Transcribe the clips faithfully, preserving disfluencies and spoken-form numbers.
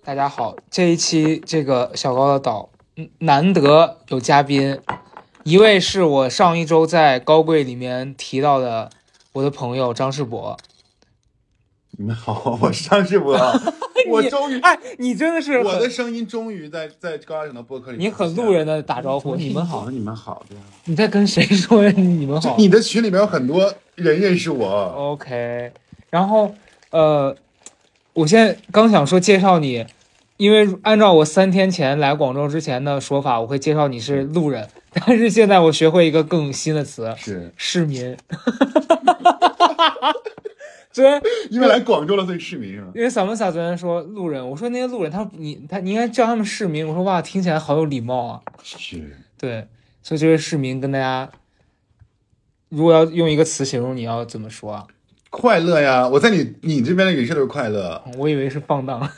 大家好，这一期这个小高的岛难得有嘉宾，一位是我上一周在高贵里面提到的我的朋友张世博。 你们好，我是张世博。我终于， 哎，你真的是我的声音终于在在高大上的播客里。 你很路人的打招呼， 你们好，你们好，对啊。 你在跟谁说你们好？ 你的群里面有很多人认识我。 OK， 然后呃，我现在刚想说介绍你，因为按照我三天前来广州之前的说法，我会介绍你是路人，但是现在我学会一个更新的词， 是市民。昨天因为来广州了，所以市民是吧？ 因为萨门萨昨天说路人，我说那些路人，他说你他你应该叫他们市民，我说哇，听起来好有礼貌啊。 是， 对，所以这位市民跟大家，如果要用一个词形容，你要怎么说啊？ 快乐呀！我在你你这边的人设都是快乐， 我以为是放荡。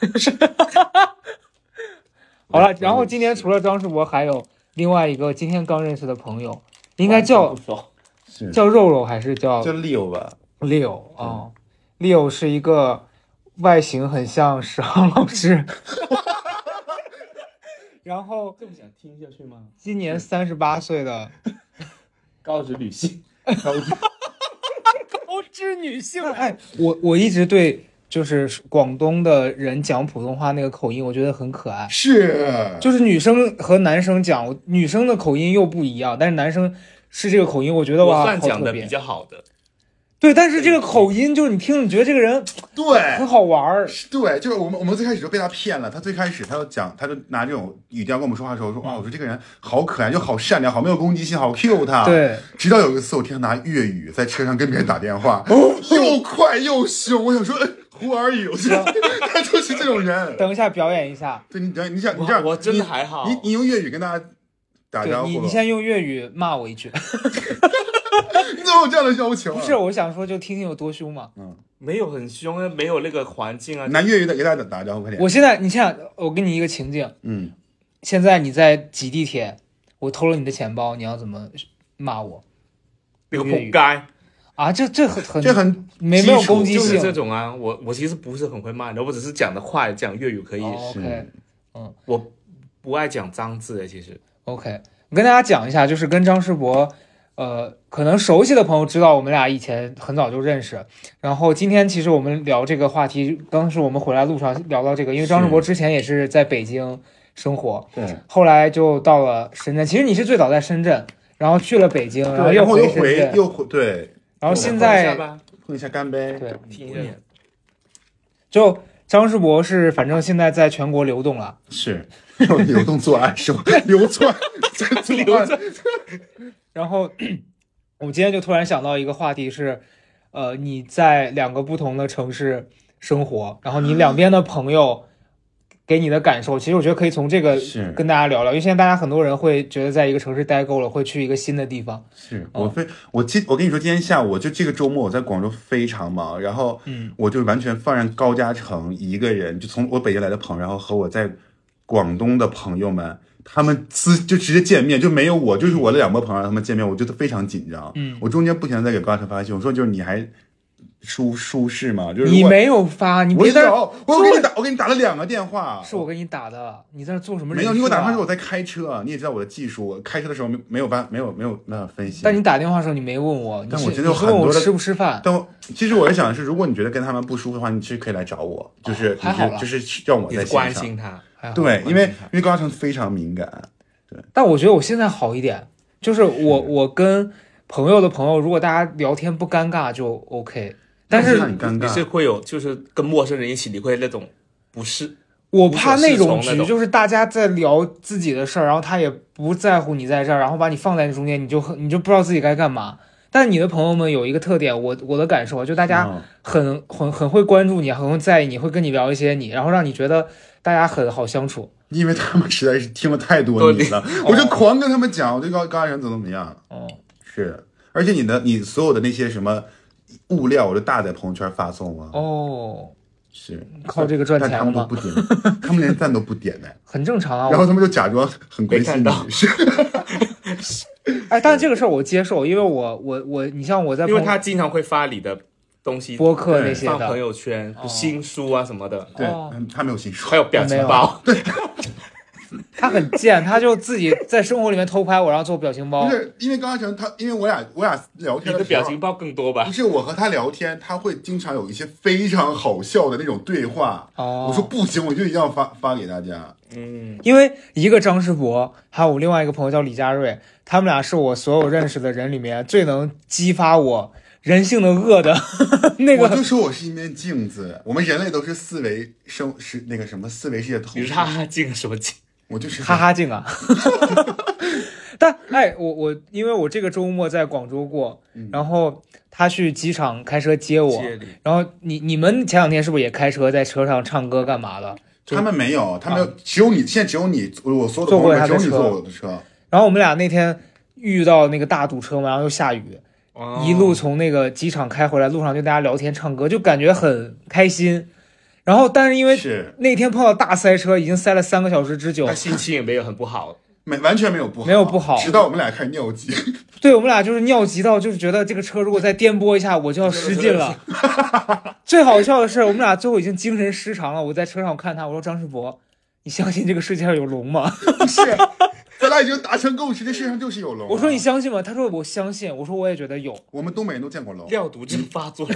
好了，然后今天除了张世博，还有另外一个今天刚认识的朋友，应该叫叫肉肉还是叫叫 Leo 吧 ？Leo 哦。Leo 是一个外形很像史航老师，然后这么想听下去吗？ 今年三十八岁的高知女性， 高知高知女性。哎，我我一直对就是广东的人讲普通话那个口音，我觉得很可爱。 是， 就是女生和男生讲，女生的口音又不一样，但是男生是这个口音，我觉得哇， 我算讲的比较好的。 对，但是这个口音就是你听，你觉得这个人对很好玩儿。 对，就是我们我们最开始就被他骗了。他最开始他就讲，他就拿这种语调跟我们说话的时候说，哇，我说这个人好可爱，就好善良，好没有攻击性，好 Q 他。 对。 直到有一次我听他拿粤语在车上跟别人打电话，又快又凶。我想说 ，Who are you？ 他就是这种人。 等一下表演一下。 对，你等你想你这样， 我真的还好。 你你用粤语跟大家打招呼。 你你先用粤语骂我一句。 你怎么有这样的要求、啊？ 不是，我想说就听听有多凶嘛。 嗯，没有很凶啊，没有那个环境啊。 拿粤语的给大家打招呼，快点。 我现在，你想，我给你一个情境， 嗯， 现在你在挤地铁，我偷了你的钱包，你要怎么骂我？ 那个仆街啊！这这很很这很没没有攻击性， 就是这种啊。我我其实不是很会骂的，我只是讲的快，讲粤语可以。 哦、OK， 嗯， 我不爱讲脏字的，其实。 OK， 我跟大家讲一下，就是跟张世博。呃，可能熟悉的朋友知道我们俩以前很早就认识，然后今天其实我们聊这个话题，当时我们回来路上聊到这个，因为张世博之前也是在北京生活， 对， 后来就到了深圳。其实你是最早在深圳，然后去了北京，然后又回深圳，又回对， 然后现在碰一下干杯， 对， 听一下。 就张世博是反正现在在全国流动了， 是流动作案是吧？流窜，流窜。 然后我们今天就突然想到一个话题是，呃，你在两个不同的城市生活，然后你两边的朋友给你的感受，其实我觉得可以从这个跟大家聊聊，因为现在大家很多人会觉得在一个城市待够了，会去一个新的地方。 是我非我今我跟你说，今天下午就这个周末我在广州非常忙，然后我就完全放任高嘉诚一个人，就从我北京来的朋友，然后和我在广东的朋友们。他们私就直接见面，就没有我，就是我的两波朋友他们见面，我觉得非常紧张。 嗯， 我中间不停的在给高嘉诚发信息，我说就是你还舒舒适吗？就是你没有发，你别在， 我我给你打，我给你打了两个电话， 是我给你打的，你在那做什么、啊？ 没有，你给我打电话是我在开车，你也知道我的技术，我开车的时候没没有办没有没有办法分析。 但你打电话的时候你没问我， 但我觉得有很多的吃不吃饭。 但我其实我也想的是，如果你觉得跟他们不舒服的话，你其实可以来找我，就是还好了， 就是让我在关心他。 对，因为因为高嘉诚非常敏感。对， 但我觉得我现在好一点，就是我我跟朋友的朋友，如果大家聊天不尴尬就 OK， 但是很尴尬， 你是会有就是跟陌生人一起，你会那种不是， 我怕那种局，就是大家在聊自己的事儿，然后他也不在乎你在这儿，然后把你放在中间，你就你就不知道自己该干嘛。但你的朋友们有一个特点，我我的感受就大家很、嗯、很很会关注你，很会在意你，会跟你聊一些你，然后让你觉得大家很好相处。 因为他们实在是听了太多你了，我就狂跟他们讲，我就高高嘉诚怎么怎么样。 哦， 是，而且你的你所有的那些什么物料，我就大在朋友圈发送啊。 哦， 是靠这个赚钱吗？ 但他们都不点，他们连赞都不点的， 很正常啊。 然后他们就假装很关心你。 哎，但是这个事儿我接受，因为我我我，你像我在， 因为他经常会发你的东西， 播客那些的放朋友圈， 哦、 新书啊什么的。 对， 哦、 他没有新书， 还有表情包。 对。 他很贱，他就自己在生活里面偷拍我，然后做表情包。 不是因为刚刚成他，因为我俩我俩聊天的时候， 你的表情包更多吧？ 不是，我和他聊天，他会经常有一些非常好笑的那种对话。 哦， 我说不行，我就一定要发发给大家。 嗯， 因为一个张世博，还有我另外一个朋友叫李佳瑞，他们俩是我所有认识的人里面最能激发我人性的恶的那个。 我就说我是一面镜子，我们人类都是四维生是那个什么四维世界投射。 你是哈哈镜什么镜？ 我就是哈哈镜啊。但哎，我我因为我这个周末在广州过， 嗯、 然后他去机场开车接我，接然后你你们前两天是不是也开车在车上唱歌干嘛的？ 他们没有，他们、啊、只有你，现在只有你，我所有的朋友只有你坐我的车。 然后我们俩那天遇到那个大堵车嘛，然后又下雨，哦、一路从那个机场开回来，路上就大家聊天唱歌，就感觉很开心。然后，但是因为那天碰到大塞车，已经塞了三个小时之久， 他心情也没有很不好， 没完全没有不好， 没有不好， 直到我们俩开始尿急。 对，我们俩就是尿急到，就是觉得这个车如果再颠簸一下，我就要失禁了。最好笑的是，我们俩最后已经精神失常了。我在车上看他，我说张世博，你相信这个世界上有龙吗？ 不是，咱俩已经达成共识，这世界上就是有龙、啊。 我说你相信吗？他说我相信。我说我也觉得有。 我们东北人都见过龙。 尿毒症发作了。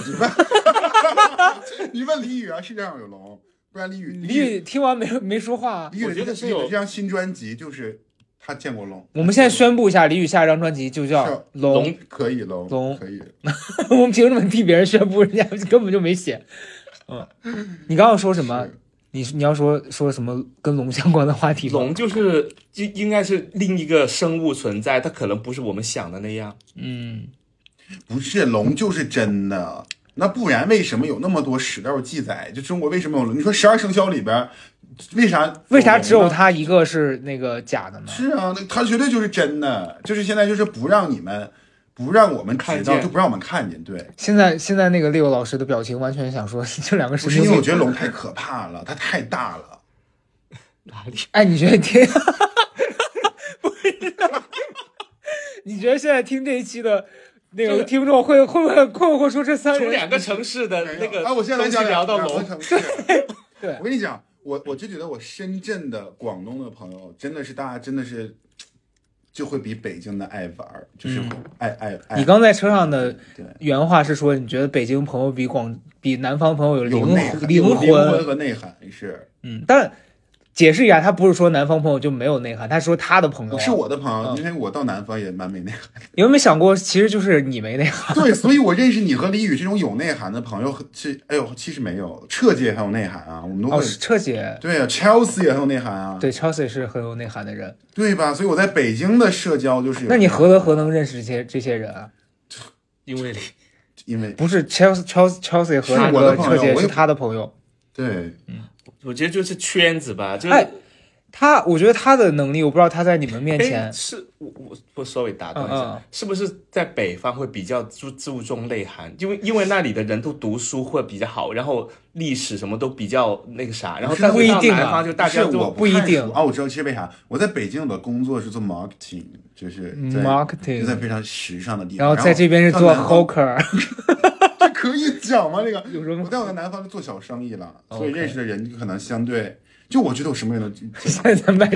你问李宇啊，世界上有龙。不然李宇， 李宇听完没没说话、啊。 李宇觉得是有这张新专辑，就是他见过龙。 我们现在宣布一下，李宇下一张专辑就叫龙， 可以龙龙可以。 我们凭什么替别人宣布？人家根本就没写。嗯，你刚刚说什么？你你要说说什么跟龙相关的话题吗？ 龙就是就应该是另一个生物存在，它可能不是我们想的那样。 嗯， 不是，龙就是真的。那不然为什么有那么多史料记载？就中国为什么有龙？你说十二生肖里边，为啥为啥只有他一个是那个假的呢？ 是啊，那他绝对就是真的，就是现在就是不让你们，不让我们知道，就不让我们看见。对， 现在现在那个Leo老师的表情完全想说这两个神经病。 不是因为我觉得龙太可怕了，它太大了。 哪里？ 哎，你觉得听？不是，你觉得现在听这一期的？那个听众会会不会困惑说这三人从两个城市的那个啊，我现在讲聊到龙， 对， 我跟你讲，我我就觉得我深圳的、广东的朋友真的是大家真的是就会比北京的爱玩，就是爱、嗯、爱爱。 你刚在车上的原话是说，你觉得北京朋友比广比南方朋友有灵有内涵、 灵魂和内涵是， 嗯，但。解释一下，他不是说南方朋友就没有内涵，他说他的朋友、啊、 是我的朋友、嗯，因为我到南方也蛮没内涵的。 你有没有想过，其实就是你没内涵？ 对，所以我认识你和李宇这种有内涵的朋友，是哎呦，其实没有，彻姐很有内涵啊，我们都会。 哦，彻姐。 对啊 ，Chelsea 也很有内涵啊。 对 ，Chelsea 是很有内涵的人， 对吧？所以我在北京的社交就是。 那你何德何能认识这些这些人啊？ 因为因为不是 Chelsea Chelsea Chelsea 和那个彻姐是他的朋友。 对， 嗯。我觉得就是圈子吧，就是、 哎、他，我觉得他的能力，我不知道他在你们面前是，我我不稍微打断一下、 嗯嗯， 是不是在北方会比较注注重内涵？因为因为那里的人都读书会比较好，然后历史什么都比较那个啥，然后但不一定南方就大家就不一定啊。我知道其实为啥，我在北京的工作是做 marketing， 就是在 marketing， 就在非常时尚的地方， 然后在这边是做 hawker。 这可以讲吗？这个有什么？ 我在我在南方就做小生意了， okay. 所以认识的人可能相对，就我觉得我什么人都现在在卖，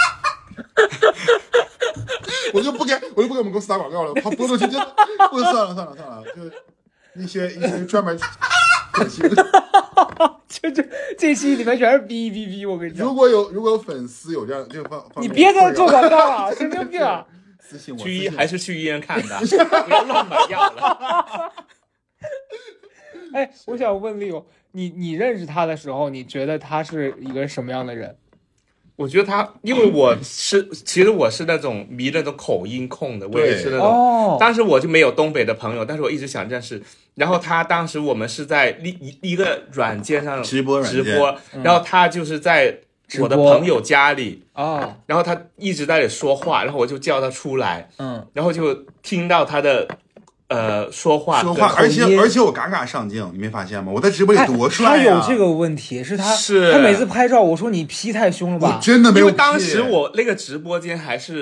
我就不给，我就不给我们公司打广告了，怕播出去就不算了算了算了，就一些一些专门可惜的， 就这这期里面全是哔哔哔，我跟你讲。 如果有如果有粉丝有这样就放， 你别在这做广告了，神经病啊！ 私信我， 去医还是去医院看的，不要乱买药了。 哎，我想问Leo，你你认识他的时候，你觉得他是一个什么样的人？ 我觉得他，因为我是，其实我是那种迷那种口音控的，我也是那种。 哦。 当时我就没有东北的朋友，但是我一直想认识。然后他当时我们是在一一个软件上直播直播，然后他就是在我的朋友家里哦， 然后他一直在那里说话，然后我就叫他出来， 嗯， 然后就听到他的。呃，说话说话，而且而且我嘎嘎上镜，你没发现吗？我在直播里多帅啊！ 他有这个问题，是他是他每次拍照，我说你 P 太凶了吧？ 我真的没有 P， 因为当时我那个直播间还是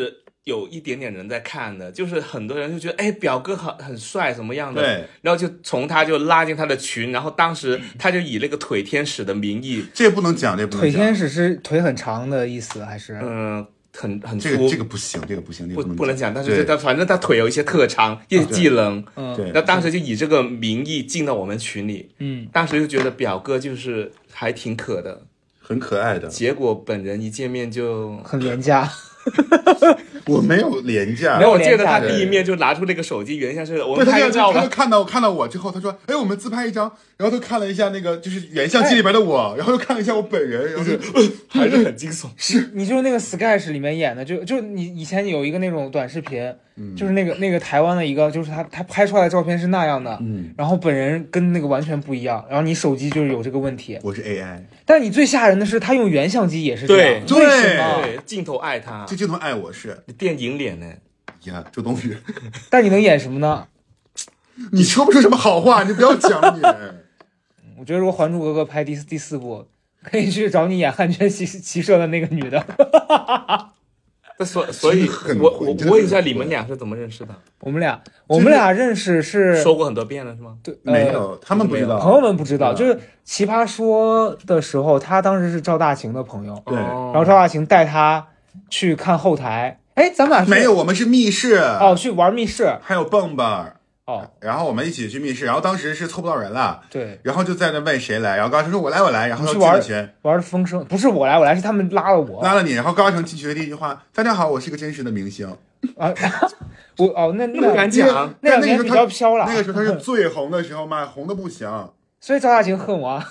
有一点点人在看的，就是很多人就觉得哎表哥很很帅什么样的， 对， 然后就从他就拉进他的群，然后当时他就以那个腿天使的名义， 这不能讲，这不能讲。 腿天使是腿很长的意思还是？ 嗯、呃。很很粗， 这个这个不行，这个不行，这个不不不能讲。但是他反正他腿有一些特长，一些技能， 嗯， 对。 那当时就以这个名义进到我们群里， 嗯， 当时就觉得表哥就是还挺可的， 很可爱的。 结果本人一见面就很廉价。 我没有廉价， 没有，我记得他第一面就拿出那个手机，原先是我们拍个照他就看到看到我之后，他说：“哎，我们自拍一张。”然后他看了一下那个就是原相机里边的我，然后又看了一下我本人，然后就还是很惊悚。 是你就是那个 Sketch 里面演的，就就你以前有一个那种短视频，嗯、就是那个那个台湾的一个，就是他他拍出来的照片是那样的， 嗯， 然后本人跟那个完全不一样，然后你手机就是有这个问题。 我是 A I， 但你最吓人的是他用原相机也是这样， 对， 为什么？ 对，镜头爱他， 这镜头爱我是电影脸呢。 呀，周冬雨。 但你能演什么呢？ 你说不出什么好话，你不要讲你。 我觉得如果《还珠格格》拍第第四部，可以去找你演汉奸骑骑射的那个女的。 所所以我我问一下，你们俩是怎么认识的？ 我们俩我们俩认识是说过很多遍了是吗？ 对， 没有，呃、他们不知道， 朋友们不知道。就是奇葩说的时候，他当时是赵大晴的朋友， 对， 然后赵大晴带他去看后台。哎，咱们俩没有，我们是密室哦，去玩密室， 还有蹦蹦哦， 然后我们一起去密室，然后当时是凑不到人了， 对， 然后就在那问谁来，然后高成说我来我来，然后去玩群玩的风声，不是我来我来，是他们拉了我， 拉了你，然后高成进去的第一句话，大家好，我是一个真实的明星啊，我哦那那不敢讲， 那两年比较飘了， 那个时候他是最红的时候嘛，红的不行， 所以赵大晴恨我啊，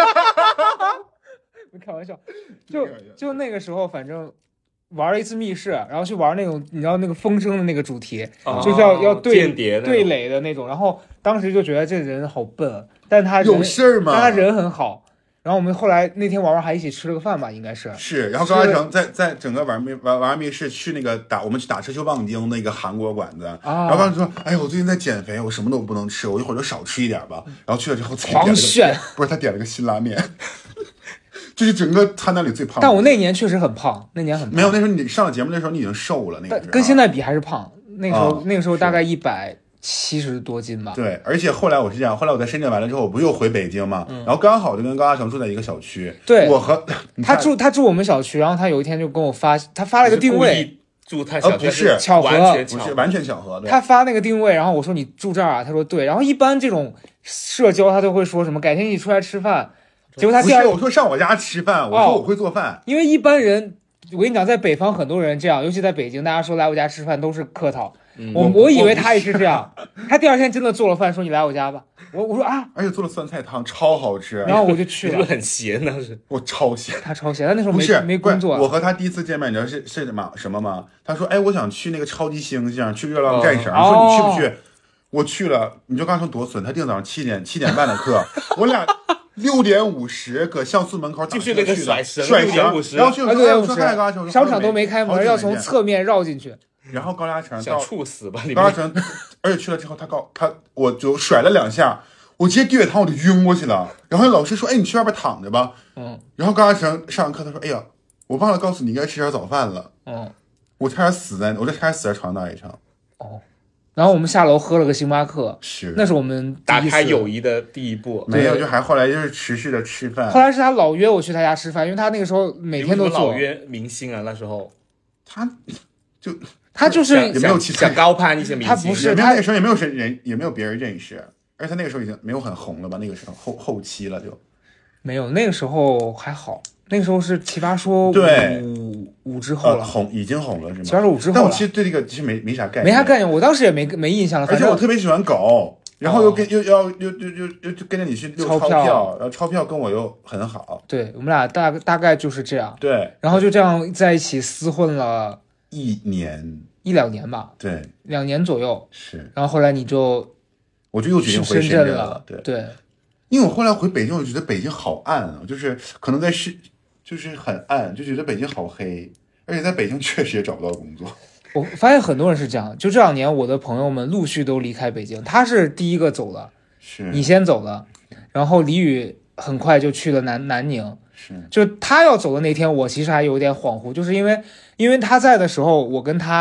开玩笑，就就那个时候反正。玩了一次密室，然后去玩那种你知道那个风声的那个主题， 哦、 就是要要对间谍对垒的那种。然后当时就觉得这人好笨，但他有事儿吗？ 但他人很好。然后我们后来那天玩玩还一起吃了个饭吧，应该是。 是，然后高嘉诚在在整个玩密玩玩密室去那个打我们去打车去望京那个韩国馆子，啊、然后当时说，哎我最近在减肥，我什么都不能吃，我一会儿就少吃一点吧。然后去了之后狂炫， 不是他点了个辛拉面。就是整个他那里最胖的， 但我那年确实很胖，那年很胖。 没有，那时候你上了节目，那时候你已经瘦了，那个跟现在比还是胖。那个时候、 哦、 那个时候大概一百七十多斤吧。 对，而且后来我是这样，后来我在深圳完了之后，我不又回北京嘛，嗯、然后刚好就跟高嘉诚住在一个小区。 对， 我和他住他住我们小区，然后他有一天就跟我发，他发了一个定位。 住他小区、 呃、不是巧合， 不是完全巧合。 他发那个定位，然后我说你住这儿啊，他说对。然后一般这种社交他都会说什么改天一起出来吃饭。结果他第二， 不是我说上我家吃饭，我说我会做饭、 哦，因为一般人，我跟你讲，在北方很多人这样，尤其在北京，大家说来我家吃饭都是客套。 嗯、 我我以为他也是这样，他第二天真的做了饭，说你来我家吧。我我说啊， 而且做了酸菜汤，超好吃。 然后我就去了， 是很咸那是， 我超咸， 他超咸，他那时候没不是没工作、啊。 我和他第一次见面，你知道是是什么什么吗？他说，哎，我想去那个超级猩猩，去月亮战绳， 哦、 说你去不去？我去了，你就刚才多损，他定早上七点七点半的课，我俩六点五十搁像素门口打就是那个甩绳， 甩绳，然后去六点五十，商场都没开门，要从侧面绕进去。 然后高嘉诚想猝死吧？ 高嘉诚，而且去了之后，他告他，我就甩了两下，我直接地铁堂我就晕过去了。然后老师说：“哎，你去外边躺着吧。” 嗯。 然后高嘉诚上完课，他说：“哎呀，我忘了告诉你，应该吃点早饭了。” 嗯。 我差点死在，我这差点死在床那一场。 哦。然后我们下楼喝了个星巴克， 是， 那是我们打开友谊的第一步。 没有，就还后来就是持续的吃饭。 后来是他老约我去他家吃饭，因为他那个时候每天都做。 老约明星啊，那时候他就他就是也没有其想高攀一些明星， 他不是他那个时候也没有人，也没有别人认识，而且他那个时候已经没有很红了吧？那个时候后后期了就没有，那个时候还好。那个时候是奇葩说对五五之后了、 呃，红已经红了是吗？ 奇葩说五之后了， 但我其实对这个其实没没啥概念， 没啥概念。我当时也没没印象了， 而且我特别喜欢狗，然后又跟、哦、又要又又又又就跟着你去溜钞票，然后钞票跟我又很好。 对，我们俩大大概就是这样。 对， 然后就这样在一起厮混了一年一两年吧， 对， 两年左右。 是， 然后后来你就我就又决定回深圳了，对对。 因为我后来回北京，我觉得北京好暗啊，就是可能在市。就是很暗，就觉得北京好黑，而且在北京确实也找不到工作。 我发现很多人是这样，就这两年我的朋友们陆续都离开北京，他是第一个走的， 是你先走了，然后李宇很快就去了南南宁， 是就他要走的那天，我其实还有点恍惚，就是因为因为他在的时候，我跟他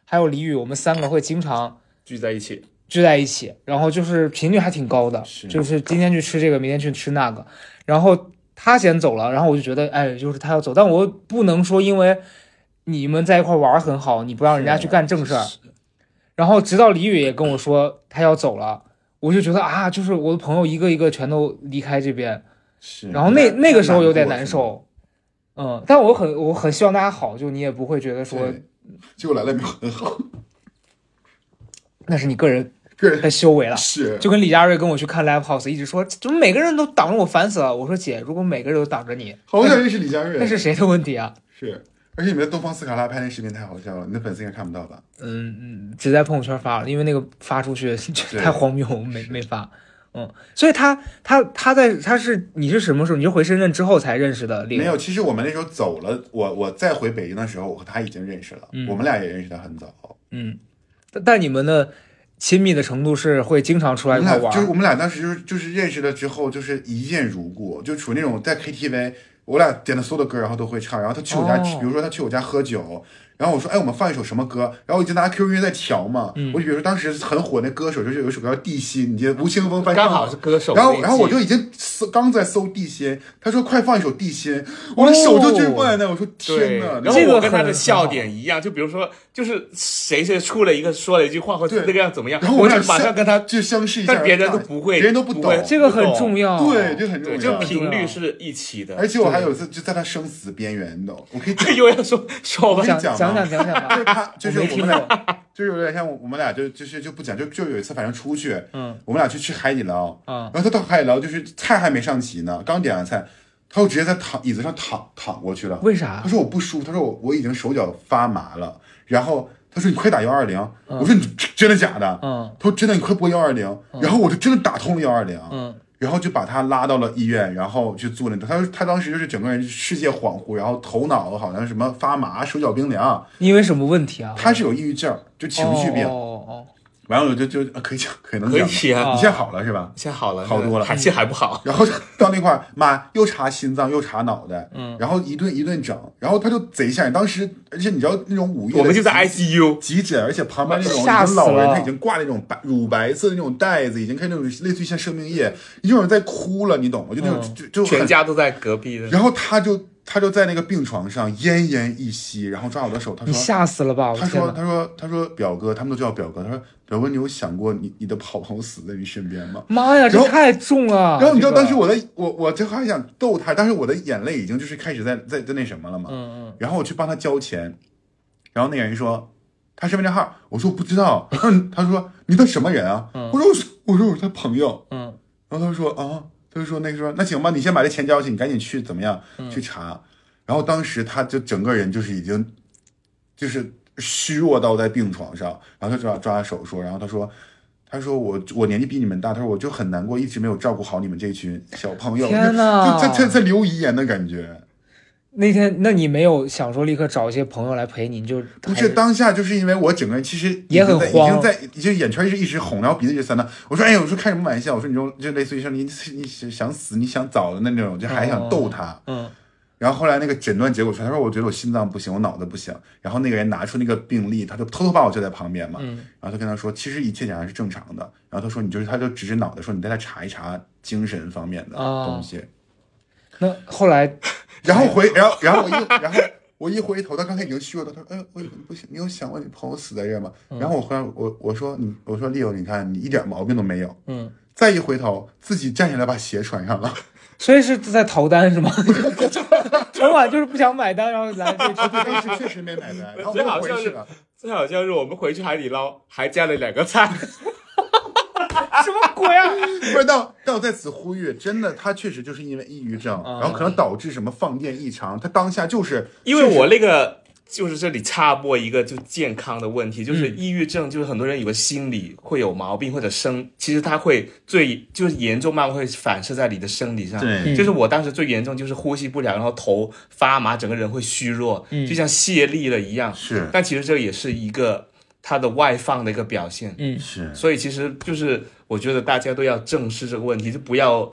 还有李宇，我们三个会经常聚在一起， 聚在一起，然后就是频率还挺高的， 是就是今天去吃这个，明天去吃那个，然后他先走了，然后我就觉得，哎，就是他要走，但我不能说因为你们在一块玩很好，你不让人家去干正事儿。然后直到李宇也跟我说他要走了，我就觉得啊，就是我的朋友一个一个全都离开这边， 是， 然后那那个时候有点难受。嗯，但我很我很希望大家好，就你也不会觉得说， 结果来了没有很好， 那是你个人个人的修为了。 是， 就跟李佳瑞跟我去看 live house， 一直说怎么每个人都挡着我，烦死了。我说姐，如果每个人都挡着你， 好想认识李佳瑞， 那是谁的问题啊？ 是，而且你们的东方斯卡拉拍那视频太好笑了，你的粉丝应该看不到吧？ 嗯嗯，只在朋友圈发了，因为那个发出去太荒谬，没没发。嗯，所以他他他在他是你是什么时候？你是回深圳之后才认识的？ 没有，其实我们那时候走了，我我再回北京的时候，我和他已经认识了， 嗯、 我们俩也认识的很早。 嗯，但但你们的亲密的程度是会经常出来一块玩？ 就是我们俩当时就是就是认识了之后，就是一见如故，就处于那种在 K T V， 我俩点的所有的歌，然后都会唱，然后他去我家，哦、比如说他去我家喝酒。然后我说，哎，我们放一首什么歌？然后我就拿 Q Q 音乐在调嘛。嗯、我就比如说当时很火那歌手，就是有一首歌叫《地心》，你记得吴青峰翻唱。 刚好是歌手。 然后，然后我就已经搜，刚在搜《地心》，他说快放一首《地心》，我的手就真放在那，我说天哪！ 然后我跟他的笑点一样，就比如说，就是谁谁出了一个说了一句话或者那个样怎么样， 然后我就马上跟他就相视一下， 但别人都不会， 别人都不懂， 这个很重要， 对，这很重要， 这个频率是一起的。 而且我还有一次就在他生死边缘的，我可以讲， 又要说说我讲讲讲讲讲吧。 他就是我们俩，就是有点像我们俩就就是就不讲，就就有一次反正出去， 嗯， 我们俩去吃海底捞， 嗯， 然后他到海底捞就是菜还没上齐呢，刚点完菜，他就直接在躺椅子上躺躺过去了。 为啥？ 他说我不舒服，他说我我已经手脚发麻了，然后他说你快打幺二零，我说你真的假的？ 嗯， 他说真的，你快拨幺二零，然后我就真的打通了幺二零， 嗯。 然后就把他拉到了医院，然后去做那个。他他当时就是整个人世界恍惚，然后头脑好像什么发麻，手脚冰凉。 因为什么问题啊？ 他是有抑郁症，就情绪病。 哦哦。 完了我就就可以讲，可能讲。 可以啊。 你现在好了是吧？ 现在好了， 好多了。 还是还不好。 然后到那块，妈又查心脏又查脑袋， 嗯， 然后一顿一顿整，然后他就贼吓人。当时，而且你知道那种五月， 我们就在 I C U 急诊，而且旁边那种已经老人，他已经挂那种白乳白色的那种袋子，已经开始那种类似于像生命液，已经有人在哭了，你懂吗？就那种、嗯、就就全家都在隔壁的。 然后他就他就在那个病床上奄奄一息，然后抓我的手，他说：“ 你吓死了吧！” 他说：“他说他说表哥，他们都叫表哥。他说表哥，你有想过你你的好朋友死在你身边吗？” 妈呀，这太重了！ 然后你知道当时我的、这个、我我就还想逗他，但是我的眼泪已经就是开始在在在那什么了嘛。 嗯嗯。 然后我去帮他交钱，然后那个人说他身份证号，我说我不知道。他说你的什么人啊？ 嗯、 我说我说我说我是他朋友。 嗯。 然后他说啊，他就说那个说那行吧，你先把这钱交去，你赶紧去怎么样、 嗯、 去查。然后当时他就整个人就是已经就是虚弱到在病床上，然后他抓抓手说，然后他说他说我我年纪比你们大，他说我就很难过，一直没有照顾好你们这群小朋友。 天哪， 就在在在留遗言的感觉。 那天那你没有想说立刻找一些朋友来陪你，你就不是当下就是因为我整个人其实也很慌， 已经在就眼圈是一直红，然后鼻子一直酸的。我说哎呀，我说开什么玩笑？我说你就就类似于说你你想死你想早的那种，就还想逗他。 嗯。嗯然后后来那个诊断结果出来，他说我觉得我心脏不行，我脑子不行。然后那个人拿出那个病历，他就偷偷把我叫在旁边嘛。 嗯。 然后他跟他说，其实一切检查是正常的。然后他说你就是，他就指着脑袋说你带他查一查精神方面的东西。 哦、那后来， 然后回，然后然后我一然后我一回头，他刚才已经虚弱了。他说，哎，我不行，你有想过你朋友死在这吗？ 嗯、 然后我回来，我我说你，我说 Leo， 你看你一点毛病都没有。 嗯。 再一回头，自己站起来把鞋穿上了。 所以是在逃单是吗？昨晚就是不想买单，然后来这次当时确实没买单，然后最好像是最好像是我们回去海底捞还加了两个菜， 什么鬼啊！ 不是，但但我在此呼吁，真的，他确实就是因为抑郁症， 嗯、 然后可能导致什么放电异常，他当下就是因为我那个。就是这里插播一个就健康的问题，就是抑郁症，就是很多人以为心理会有毛病或者生，其实它会最就是严重慢慢会反射在你的生理上。 对， 就是我当时最严重就是呼吸不了，然后头发麻，整个人会虚弱， 嗯、 就像泄力了一样。 是， 但其实这也是一个它的外放的一个表现。 嗯， 是。 所以其实就是我觉得大家都要正视这个问题，就不要。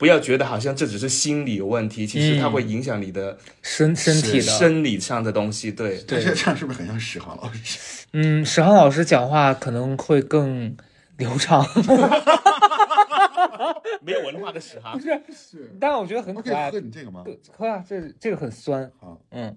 不要觉得好像这只是心理有问题，其实它会影响你的身、嗯、身体的生理上的东西。对， 对，这样是不是很像史航老师？ 嗯，史航老师讲话可能会更流畅。 没有文化的史航， 不是是，但我觉得很可爱。 喝你这个吗？ 喝啊，这这个很酸。 好， 嗯。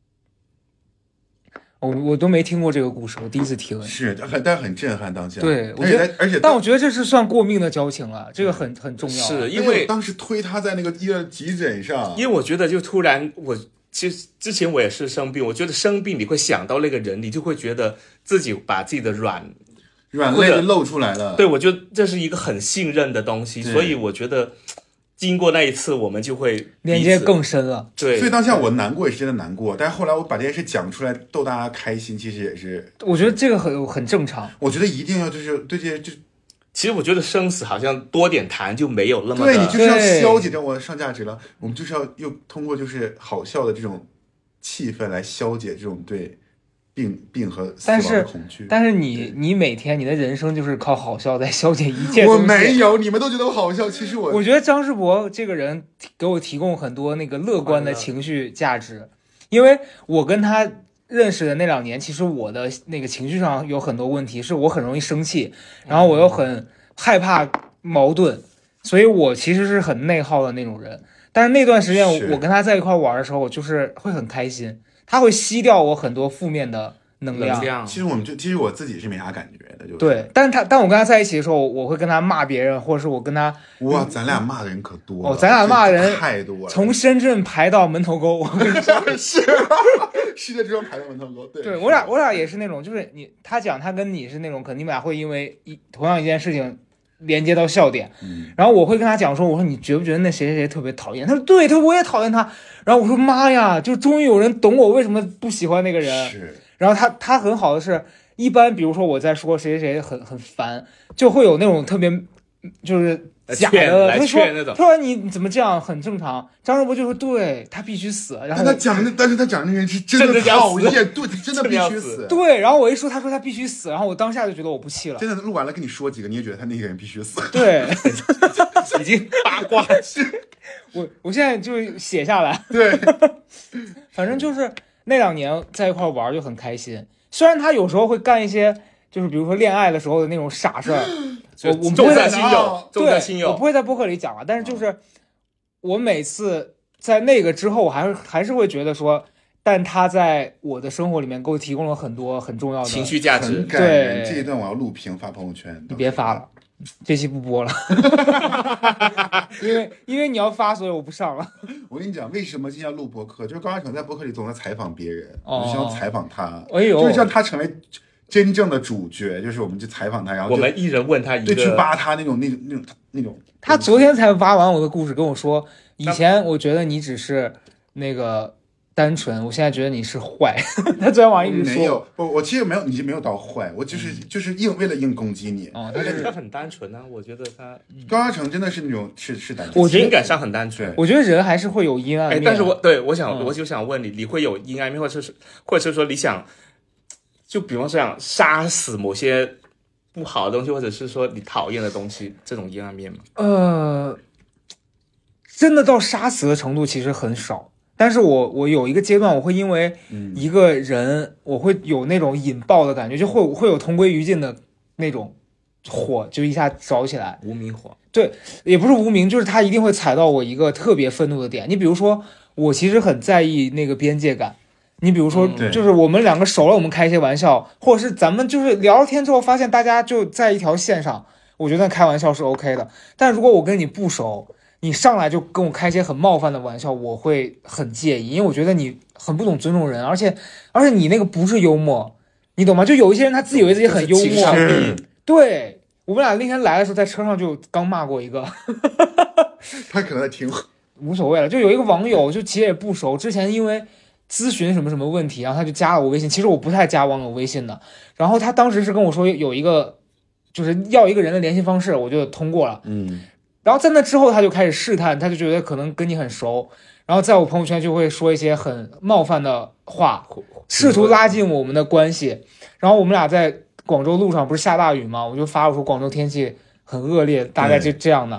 我我都没听过这个故事，我第一次听。 是，很但很震撼当下。 对，我觉得， 而且， 但我觉得这是算过命的交情了，这个很很重要。 是因为当时推他在那个医院急诊上， 因为我觉得就突然，我其实之前我也是生病，我觉得生病你会想到那个人，你就会觉得自己把自己的软软肋就露出来了。 对，我觉得这是一个很信任的东西，所以我觉得。经过那一次，我们就会连接更深了。 对， 所以当下我难过也是真的难过，但是后来我把这件事讲出来，逗大家开心，其实也是。 我觉得这个很很正常。 我觉得一定要就是对这些就， 其实我觉得生死好像多点谈就没有那么对你就是要消解着我上价值了，我们就是要又通过就是好笑的这种气氛来消解这种对。病病和死亡的恐惧， 但是你你每天你的人生就是靠好笑在消解一切。 我没有，你们都觉得我好笑，其实我我觉得张世博这个人给我提供很多那个乐观的情绪价值，因为我跟他认识的那两年，其实我的那个情绪上有很多问题，是我很容易生气，然后我又很害怕矛盾，所以我其实是很内耗的那种人。但是那段时间我跟他在一块玩的时候，我就是会很开心。它会吸掉我很多负面的能量。 能量其实我们就其实我自己是没啥感觉的，就对。但是他，但我跟他在一起的时候，我会跟他骂别人，或者是我跟他哇，咱俩骂的人可多了。 哦，咱俩骂人太多了， 从深圳排到门头沟。我跟你说是，世界之中排到门头沟。对， 对我俩我俩也是那种，就是你他讲他跟你是那种，可能你们俩会因为一同样一件事情。连接到笑点， 嗯， 然后我会跟他讲说，我说你觉不觉得那谁谁谁特别讨厌？他说对，他说我也讨厌他。然后我说妈呀，就终于有人懂我为什么不喜欢那个人。 是。 然后他他很好的是，一般比如说我在说谁谁谁很很烦，就会有那种特别就是假的，他说他说你怎么这样很正常。张世博就说对他必须死。然后他讲的，但是他讲的那人是真的讨厌，对，真的必须死。 对，然后我一说，他说他必须死，然后我当下就觉得我不气了。 真的录完了跟你说几个，你也觉得他那个人必须死。 对， 已经八卦。 我我现在就写下来。 对， 反正就是那两年在一块玩就很开心。虽然他有时候会干一些，就是比如说恋爱的时候的那种傻事儿。我我不会在心有， 对，我不会在播客里讲了。但是就是我每次在那个之后，我还是还是会觉得说，但他在我的生活里面给我提供了很多很重要的情绪价值。 对， 这一段我要录屏发朋友圈。 你别发了，这期不播了，因为因为你要发，所以我不上了。 我跟你讲，为什么今天要录播客？就是高嘉诚在播客里总在采访别人， 哦、 我需要采访他， 哎呦， 就是让他成为。真正的主角就是我们去采访他，然后我们一人问他一个， 对，去挖他那种那种那种那种。 他昨天才挖完我的故事，跟我说，以前我觉得你只是那个单纯，我现在觉得你是坏。他昨天晚上一直说， 没有，我我其实没有，你就没有到坏，我就是、嗯、就是硬为了硬攻击你。 哦， 但是他很单纯啊，我觉得他高嘉诚真的是那种是是单纯， 我情感上很单纯。 我觉得人还是会有阴暗面， 但是我对我想、 嗯、 我就想问你，你会有阴暗面，或者是或者是说你想？就比方说想杀死某些不好的东西，或者是说你讨厌的东西，这种阴暗面吗？ 呃，真的到杀死的程度其实很少，但是我我有一个阶段，我会因为一个人，嗯、我会有那种引爆的感觉，就会会有同归于尽的那种火，就一下着起来， 无名火。 对，也不是无名，就是他一定会踩到我一个特别愤怒的点。你比如说，我其实很在意那个边界感。你比如说，就是我们两个熟了，我们开一些玩笑，或者是咱们就是聊天之后发现大家就在一条线上，我觉得开玩笑是 OK 的。但如果我跟你不熟，你上来就跟我开一些很冒犯的玩笑，我会很介意，因为我觉得你很不懂尊重人，而且而且你那个不是幽默，你懂吗？就有一些人他自以为自己很幽默，对，我们俩那天来的时候在车上就刚骂过一个， 他可能在听， 无所谓了。就有一个网友，就其实也不熟，之前因为咨询什么什么问题，然后他就加了我微信。其实我不太加网友微信的。然后他当时是跟我说有一个，就是要一个人的联系方式，我就通过了。 嗯。 然后在那之后，他就开始试探，他就觉得可能跟你很熟，然后在我朋友圈就会说一些很冒犯的话，试图拉近我们的关系。然后我们俩在广州路上不是下大雨吗？我就发我说广州天气很恶劣，大概就这样的。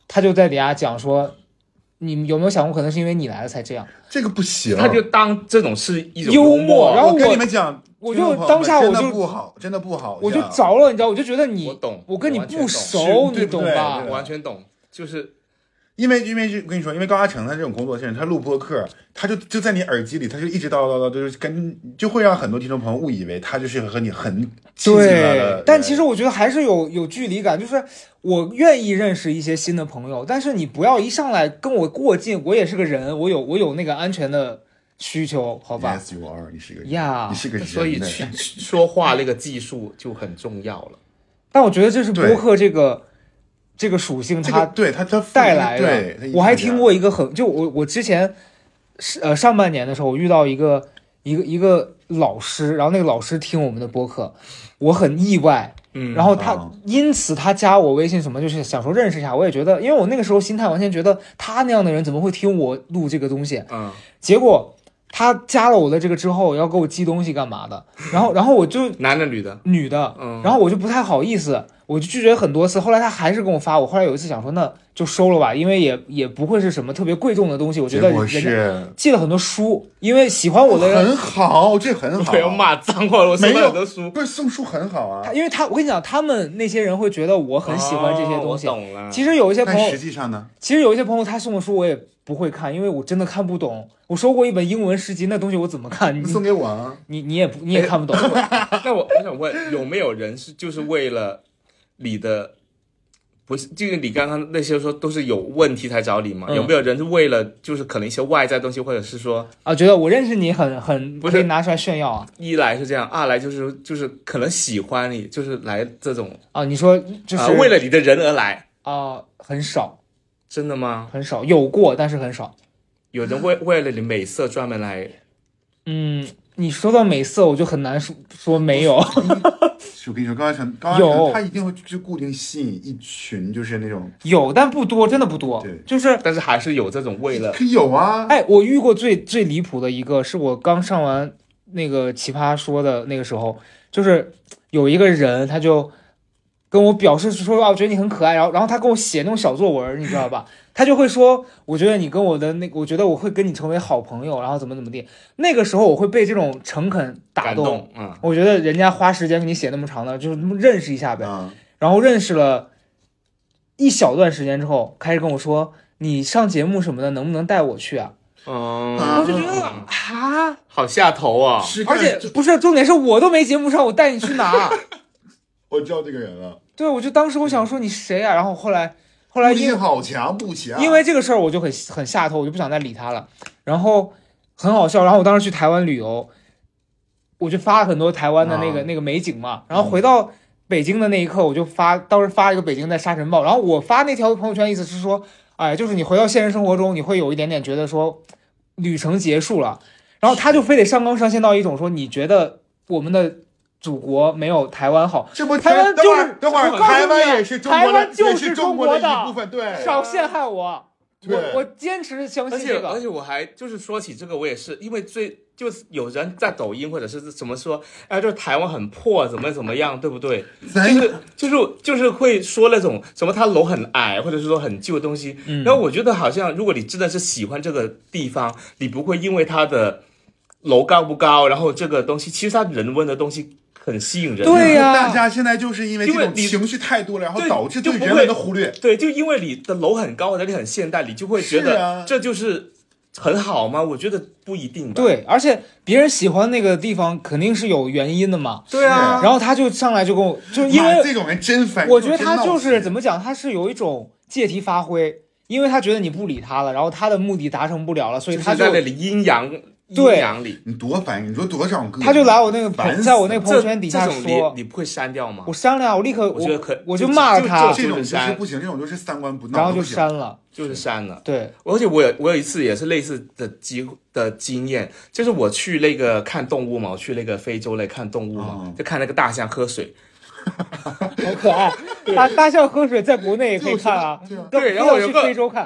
他就在底下讲说，你有没有想过，可能是因为你来了才这样？ 这个不行， 他就当这种是一种幽默。 然后我跟你们讲， 我就当下我就真的不好，真的不好， 我就着了，你知道，我就觉得你， 我懂， 我跟你不熟，你懂吧？ 我完全懂，就是。 因为因为我跟你说，因为高嘉诚他这种工作性，他录播客，他就就在你耳机里，他就一直叨叨叨，就是跟就会让很多听众朋友误以为他就是和你很对。但其实我觉得还是有有距离感，就是我愿意认识一些新的朋友，但是你不要一上来跟我过近，我也是个人，我有我有那个安全的需求，好吧 ？Yes, you are， 你是个人， yeah, 你是个人， 所以去说话那个技术就很重要了。 但我觉得这是播客这个。这个属性它对它它带来的，我还听过一个很就我我之前呃上半年的时候，我遇到一个一个一个老师，然后那个老师听我们的播客，我很意外， 嗯， 然后他、 哦、 因此他加我微信什么，就是想说认识一下，我也觉得，因为我那个时候心态完全觉得他那样的人怎么会听我录这个东西， 嗯， 结果他加了我的这个之后要给我寄东西干嘛的，然后然后我就男的女的女的， 嗯， 然后我就不太好意思。我就拒绝很多次，后来他还是跟我发，我后来有一次想说那就收了吧，因为也也不会是什么特别贵重的东西，我觉得人家寄了很多书，因为喜欢我的人很好，这很好， 不要骂脏话了，我送了很多书， 不是送书很好啊， 因为他我跟你讲，他们那些人会觉得我很喜欢这些东西， 哦、我懂了。 其实有一些朋友， 实际上呢， 其实有一些朋友他送的书我也不会看，因为我真的看不懂。我收过一本英文诗集，那东西我怎么看？你送给我啊， 你你也不你也看不懂。 那我我想问，有没有人是就是为了你的？不是，就是你刚刚那些说都是有问题才找你吗？嗯、有没有人是为了就是可能一些外在东西，或者是说啊，觉得我认识你很很不是可以拿出来炫耀啊？ 一来是这样，二来就是就是可能喜欢你，就是来这种啊，你说就是、 呃、为了你的人而来啊，很少， 真的吗？ 很少，有过，但是很少。 有人为为了你美色专门来， 嗯，你说到美色，我就很难说说没有。 我跟你说，高嘉诚，高嘉诚他一定会就固定吸引一群，就是那种有，但不多，真的不多。 对， 就是， 但是还是有这种为了有啊。 哎，我遇过最最离谱的一个，是我刚上完那个奇葩说的那个时候，就是有一个人，他就跟我表示说啊，我觉得你很可爱，然后然后他跟我写那种小作文，你知道吧？他就会说，我觉得你跟我的那个，我觉得我会跟你成为好朋友，然后怎么怎么地。那个时候我会被这种诚恳打动， 动嗯， 我觉得人家花时间给你写那么长的，就是认识一下呗。 嗯、 然后认识了一小段时间之后，开始跟我说，你上节目什么的，能不能带我去啊？ 嗯， 我就觉得啊， 好下头啊！ 而且不是重点是我都没节目上，我带你去哪？ 我知道这个人了。 对，我就当时我想说你谁啊？然后后来。后来因为好强不强， 因为这个事儿我就很很下头，我就不想再理他了。然后很好笑，然后我当时去台湾旅游，我就发了很多台湾的那个、啊、那个美景嘛。然后回到北京的那一刻，我就发，当时发一个北京在沙尘暴。然后我发那条朋友圈，意思是说，哎，就是你回到现实生活中，你会有一点点觉得说旅程结束了。然后他就非得上纲上线到一种说，你觉得我们的祖国没有台湾好， 这不台湾就是等会儿台湾也是中国的， 台湾就是中国的一部分，对， 少陷害我， 对我我坚持相信这个。 而且而且我还就是说起这个，我也是因为最就是有人在抖音或者是怎么说，哎，就是台湾很破，怎么怎么样，对不对？就是就是就是会说那种什么他楼很矮，或者是说很旧的东西。 嗯、 然后我觉得好像如果你真的是喜欢这个地方，你不会因为它的楼高不高，然后这个东西其实它人文的东西。很吸引人， 对呀、 啊，大家现在就是因为这种情绪太多了，然后导致对人文的忽略。 对，就因为你的楼很高，或者你很现代，你就会觉得这就是很好吗？我觉得不一定吧。 对，而且别人喜欢那个地方肯定是有原因的嘛。 对啊， 然后他就上来就跟我，就因为这种人真烦。 我觉得他就是怎么讲，他是有一种借题发挥，因为他觉得你不理他了，然后他的目的达成不了了，所以他就在那里阴阳。 对， 你多烦！你说多少个？ 他就来我那个朋，在我那个朋友圈底下说， 你你不会删掉吗？ 我删了，我立刻我觉得可， 我就骂了他。 这种就是不行，这种就是三观不闹， 然后就删了， 就是删了。 对， 而且我有我有一次也是类似的机的经验，就是我去那个看动物嘛，我去那个非洲来看动物嘛， 嗯、 就看那个大象喝水。 好可爱！大大象喝水在国内也可以看啊， 对，然后我去非洲看。 不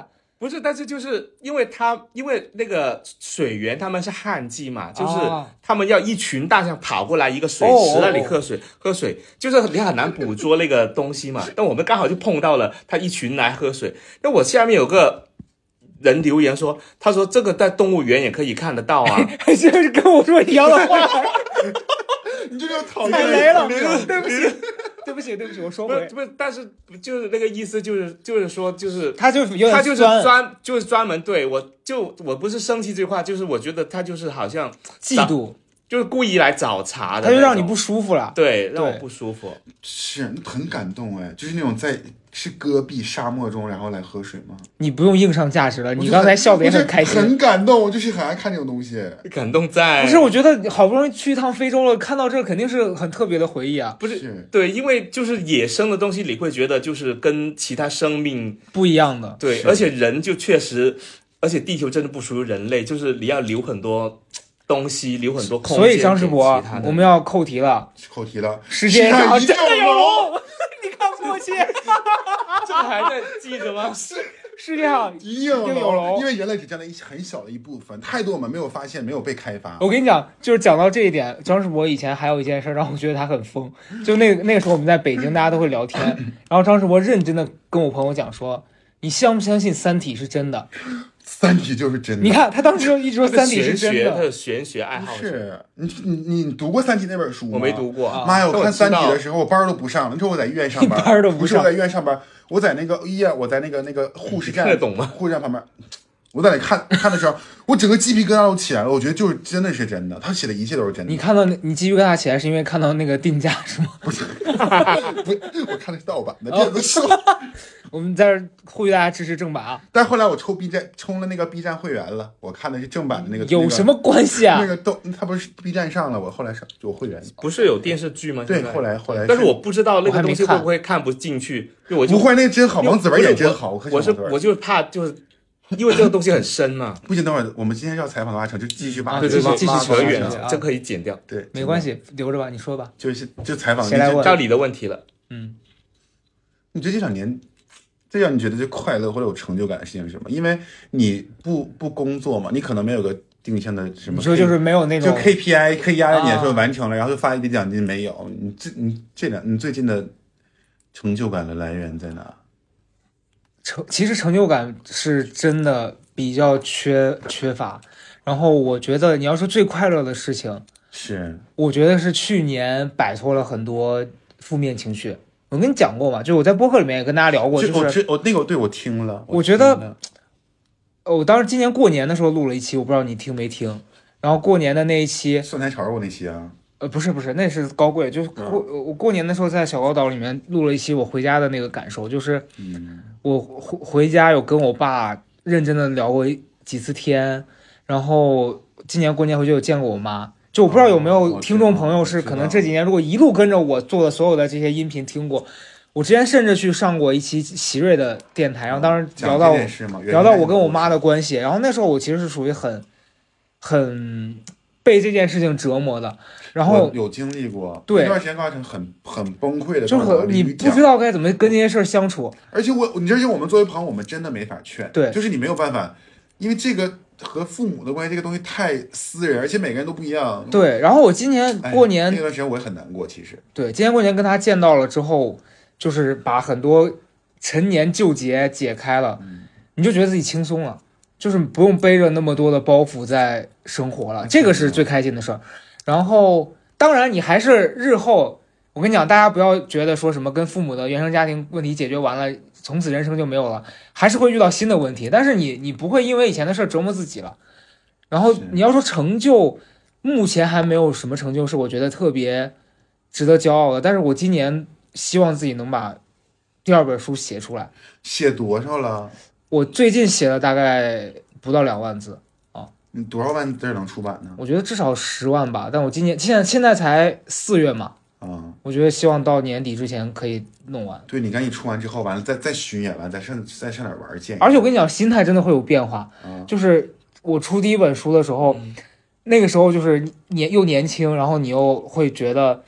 不是，但是就是因为他因为那个水源他们是旱季嘛，就是他们要一群大象跑过来一个水池那里喝水、哦、喝水，就是你很难捕捉那个东西嘛。但我们刚好就碰到了他一群来喝水。那我下面有个人留言说，他说这个在动物园也可以看得到啊， 就是跟我说一样的话。 你这个讨厌太雷了，对不起。对不起，对不起，我收回。 不是，但是就是那个意思，就是就是说，就是他就有他就是专就是专门对我就我不是生气这句话，就是我觉得他就是好像嫉妒， 就是故意来找茬的， 他就让你不舒服了， 对，让我不舒服。 是很感动哎，就是那种在是戈壁沙漠中然后来喝水吗？ 你不用硬上价值了，你刚才笑得也很开心， 很感动，我就是很爱看这种东西。 感动在不是，我觉得好不容易去一趟非洲了，看到这肯定是很特别的回忆啊。 不是，是对，因为就是野生的东西，你会觉得就是跟其他生命不一样的， 对，而且人就确实，而且地球真的不属于人类，就是你要留很多东西，留很多空间。 所以张世博，我们要扣题了， 扣题了， 世界上真的有龙，你看默契， 这还在记着吗？是。 世界上一定有龙，因为人类只占了一很小的一部分，太多我们没有发现，没有被开发。 我跟你讲，就是讲到这一点，张世博以前还有一件事让我觉得他很疯，就那个那个时候我们在北京，大家都会聊天，然后张世博认真的跟我朋友讲说，你相不相信《三体》是真的？ 三体就是真的。 你看他当时就一直说三体是真的， 他的玄学爱好是你你你读过三体那本书吗？ 我没读过。 妈呀！我看三体的时候，我班都不上了。你说我在医院上班， 班都不上。我在医院上班，我在那个医院，我在那个那个护士站， 看得懂吗？ 护士站旁边，我在那看看的时候，我整个鸡皮疙瘩都起来了。我觉得就是真的是真的，他写的一切都是真的。 你看到你鸡皮疙瘩起来是因为看到那个定价是吗？ 不是，不，我看的是盗版的电子书。 我们在这呼吁大家支持正版啊！ 但是后来我抽 B 站，充了那个 B 站会员了，我看的是正版的那个。 有什么关系啊？ 那个都，他不是 B 站上了，我后来上有会员。 不是有电视剧吗？ 对，后来后来。 但是我不知道那个东西会不会看不进去，因为我就不会，那个真好，王子文也真好。 我我是我就是怕就是。因为这个东西很深嘛。 不行，等会儿我们今天要采访的阿成，就继续把对对对， 继续扯远了，这可以剪掉。 对， 没关系，留着吧，你说吧。 就是就采访谁来问到你的问题了。 嗯， 你觉得这两年最让你觉得最快乐或者有成就感的事情是什么？因为你不不工作嘛，你可能没有个定向的什么， 你说就是没有那种就 K P I 可以压着你说完成了，然后就发一笔奖金，没有。你这你这两你最近的成就感的来源在哪？ 成其实成就感是真的比较缺缺乏，然后我觉得你要说最快乐的事情是， 我觉得是去年摆脱了很多负面情绪。我跟你讲过嘛，就我在播客里面也跟大家聊过，就是我那个对我听了， 我觉得我当时今年过年的时候录了一期，我不知道你听没听，然后过年的那一期蒜苔炒肉那期啊。 呃，不是不是，那是高贵，就是过、嗯、我过年的时候在小高岛里面录了一期我回家的那个感受，就是我回回家有跟我爸认真的聊过几次天，然后今年过年回去有见过我妈，就我不知道有没有听众朋友是可能这几年如果一路跟着我做的所有的这些音频听过，我之前甚至去上过一期喜瑞的电台，然后当时聊到聊到我跟我妈的关系，然后那时候我其实是属于很很被这件事情折磨的。然后有经历过， 对那段时间过程很很崩溃的， 就很你不知道该怎么跟这些事儿相处。 而且我，你而且我们作为朋友，我们真的没法劝， 对， 就是你没有办法，因为这个和父母的关系，这个东西太私人，而且每个人都不一样。 对，然后我今年过年、 哎、那段时间我也很难过，其实。 对，今年过年跟他见到了之后，就是把很多陈年旧结解开了，嗯、你就觉得自己轻松了，就是不用背着那么多的包袱在生活了，这个是最开心的事儿。然后，当然，你还是日后，我跟你讲，大家不要觉得说什么跟父母的原生家庭问题解决完了，从此人生就没有了，还是会遇到新的问题。但是你，你不会因为以前的事折磨自己了。然后你要说成就，目前还没有什么成就是我觉得特别值得骄傲的。但是我今年希望自己能把第二本书写出来。 写多少了？ 我最近写了大概不到两万字。 你多少万字能出版呢？ 我觉得至少十万吧，但我今年现在现在才四月嘛，啊、嗯，我觉得希望到年底之前可以弄完。 对，你赶紧出完之后，完了再再巡演完，再上再上哪玩见。 而且我跟你讲，心态真的会有变化。嗯，就是我出第一本书的时候，嗯、那个时候就是年又年轻，然后你又会觉得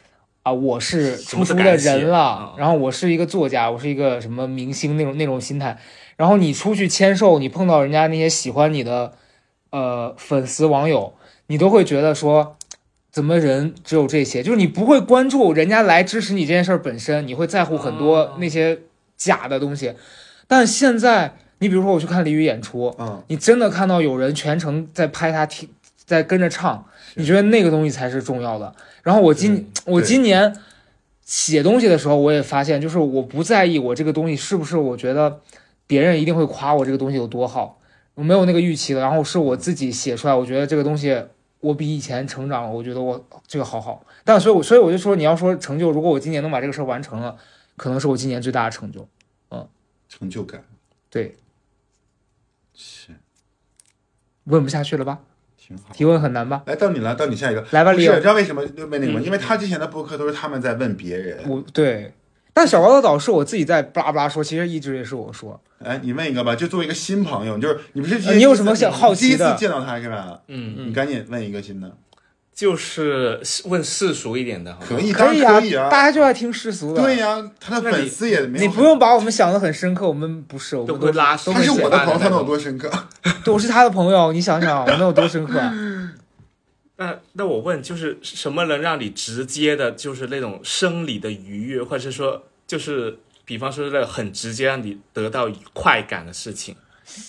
啊，我是成熟的人了，然后我是一个作家，我是一个什么明星那种那种心态。然后你出去签售，你碰到人家那些喜欢你的呃粉丝网友，你都会觉得说，怎么人只有这些？就是你不会关注人家来支持你这件事儿本身，你会在乎很多那些假的东西。但现在，你比如说我去看李宇演出， 嗯， 你真的看到有人全程在拍他听，在跟着唱，你觉得那个东西才是重要的。然后我今我今年写东西的时候，我也发现，就是我不在意我这个东西是不是我觉得别人一定会夸我这个东西有多好，我没有那个预期的。然后是我自己写出来，我觉得这个东西我比以前成长了，我觉得我这个好好。但所以我所以我就说，你要说成就，如果我今年能把这个事儿完成了，可能是我今年最大的成就。嗯， 成就感。 对。 是。 问不下去了吧？ 挺好， 提问很难吧？ 来到你了，到你下一个， 来吧， 李友。知道为什么问那个吗？嗯、因为他之前的播客都是他们在问别人。 我对，但小高的导是我自己在巴拉巴拉说，其实一直也是我说。 哎，你问一个吧，就作为一个新朋友，就是你不是、 呃、你有什么想好奇的？ 第一次见到他是吧？嗯，你赶紧问一个新的。 就是问世俗一点的， 可以， 可以啊，可以啊， 大家就爱听世俗的。 对呀、啊，他的粉丝也没有。 你不用把我们想得很深刻，我们不是，我们都会拉。 他是我的朋友，他能有多深刻？ 对，我是他的朋友，你想想，我能有多深刻、啊？ 那那我问，就是什么能让你直接的，就是那种生理的愉悦，或者是说，就是比方说那个很直接让你得到快感的事情？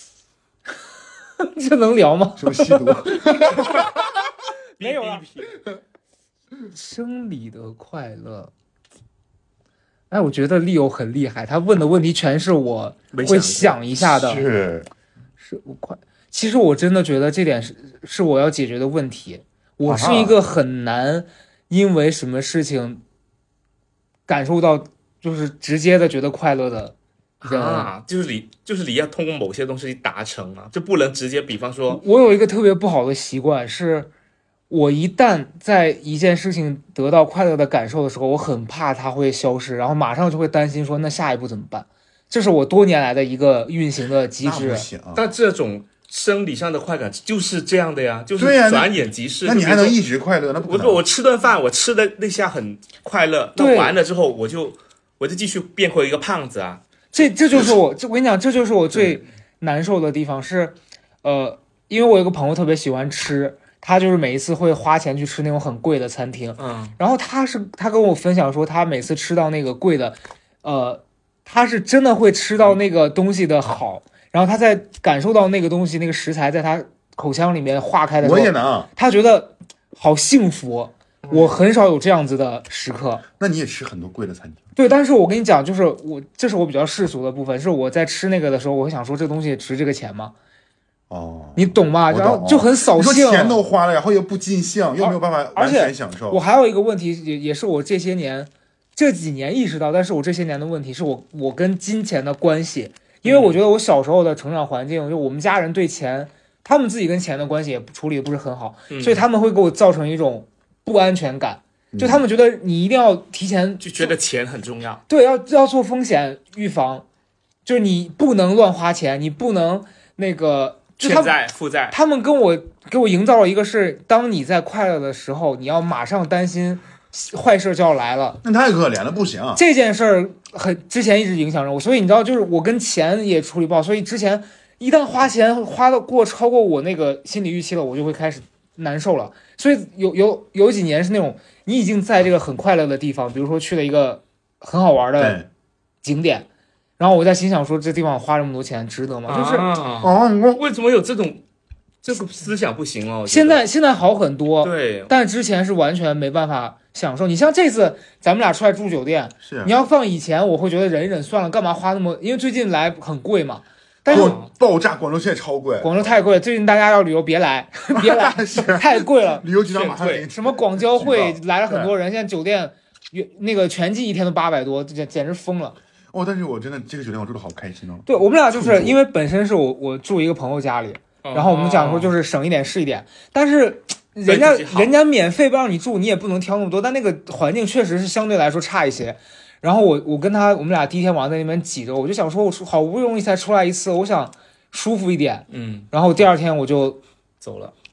这能聊吗？ 是不是吸毒？ 没有啊。生理的快乐，哎，我觉得利友很厉害，他问的问题全是我会想一下的。 是， 是我快。其实我真的觉得这点是是我要解决的问题。我是一个很难因为什么事情感受到就是直接的觉得快乐的人啊，就是你就是你要通过某些东西达成啊，就不能直接，比方说， 我有一个特别不好的习惯是。我一旦在一件事情得到快乐的感受的时候，我很怕它会消失，然后马上就会担心说，那下一步怎么办？这是我多年来的一个运行的机制。 啊、 但这种生理上的快感就是这样的呀，就是转眼即逝。 那你还能一直快乐？那不可能。 我我吃顿饭，我吃的那下很快乐，那完了之后，我就我就继续变回一个胖子啊。 这这就是我，这我跟你讲，这就是我最难受的地方是，呃，因为我有个朋友特别喜欢吃。他就是每一次会花钱去吃那种很贵的餐厅， 嗯， 然后他是他跟我分享说，他每次吃到那个贵的，呃，他是真的会吃到那个东西的好，然后他在感受到那个东西那个食材在他口腔里面化开的时候， 我也能， 他觉得好幸福。我很少有这样子的时刻。 那你也吃很多贵的餐厅？ 对，但是我跟你讲，就是我这是我比较世俗的部分，是我在吃那个的时候，我会想说，这东西值这个钱吗？ 哦， 你懂吗？然后就很扫兴， 你说钱都花了，然后又不尽兴，又没有办法完全享受。 我还有一个问题，也也是我这些年这几年意识到，但是我这些年的问题是我我跟金钱的关系，因为我觉得我小时候的成长环境，就我们家人对钱，他们自己跟钱的关系也处理的不是很好， 嗯、 所以他们会给我造成一种不安全感，就他们觉得你一定要提前就觉得钱很重要， 对，要要做风险预防，就是你不能乱花钱，你不能那个。 欠债负债， 他们跟我给我营造了一个是，当你在快乐的时候，你要马上担心坏事就要来了。 那太可怜了，不行。 这件事儿很之前一直影响着我，所以你知道，就是我跟钱也处理不好，所以之前一旦花钱花的过超过我那个心理预期了，我就会开始难受了。所以有有有几年是那种你已经在这个很快乐的地方，比如说去了一个很好玩的景点。然后我在心想说，这地方花这么多钱值得吗？就是啊，为什么有这种这个思想不行哦？ 现在现在好很多， 对， 但之前是完全没办法享受。你像这次咱们俩出来住酒店， 是你要放以前，我会觉得忍一忍算了，干嘛花那么？因为最近来很贵嘛。但是爆炸，广州现在超贵， 广州太贵，最近大家要旅游别来，别来，太贵了。 旅游局长马上什么广交会来了很多人，现在酒店那个全季一天都八百多，简简直疯了。 哦，但是我真的这个酒店我住的好开心哦。 对，我们俩就是因为本身是我我住一个朋友家里，然后我们讲说就是省一点是一点，但是人家人家免费不让你住，你也不能挑那么多，但那个环境确实是相对来说差一些。然后我我跟他我们俩第一天晚上在那边挤着，我就想说，我好不容易才出来一次，我想舒服一点， 嗯， 然后第二天我就走了。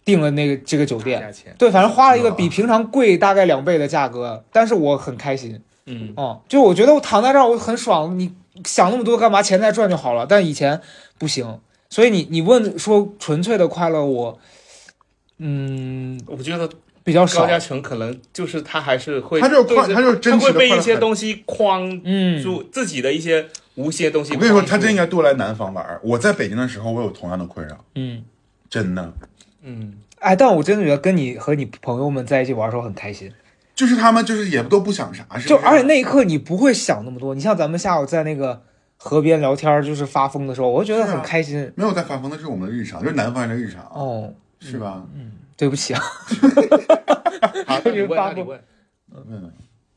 订了那个这个酒店价钱， 对，反正花了一个比平常贵大概两倍的价格，但是我很开心。 嗯， 哦，就我觉得我躺在这儿我很爽，你想那么多干嘛？钱再赚就好了。但以前不行，所以你你问说纯粹的快乐，我嗯， 我觉得比较少。 高嘉诚可能就是他还是会， 他就是快，他就是真他会被一些东西框住自己的一些无限东西。 我跟你说，他真应该多来南方玩。我在北京的时候，我有同样的困扰。 嗯， 真的。 嗯， 哎，但我真的觉得跟你和你朋友们在一起玩的时候很开心。 就是他们就是也都不想啥，是就而且那一刻你不会想那么多。你像咱们下午在那个河边聊天，就是发疯的时候，我就觉得很开心。 啊、没有在发疯，那是我们的日常，就是南方人的日常。 哦， 是吧？ 嗯，对不起啊。 好，你问，那你问。 问。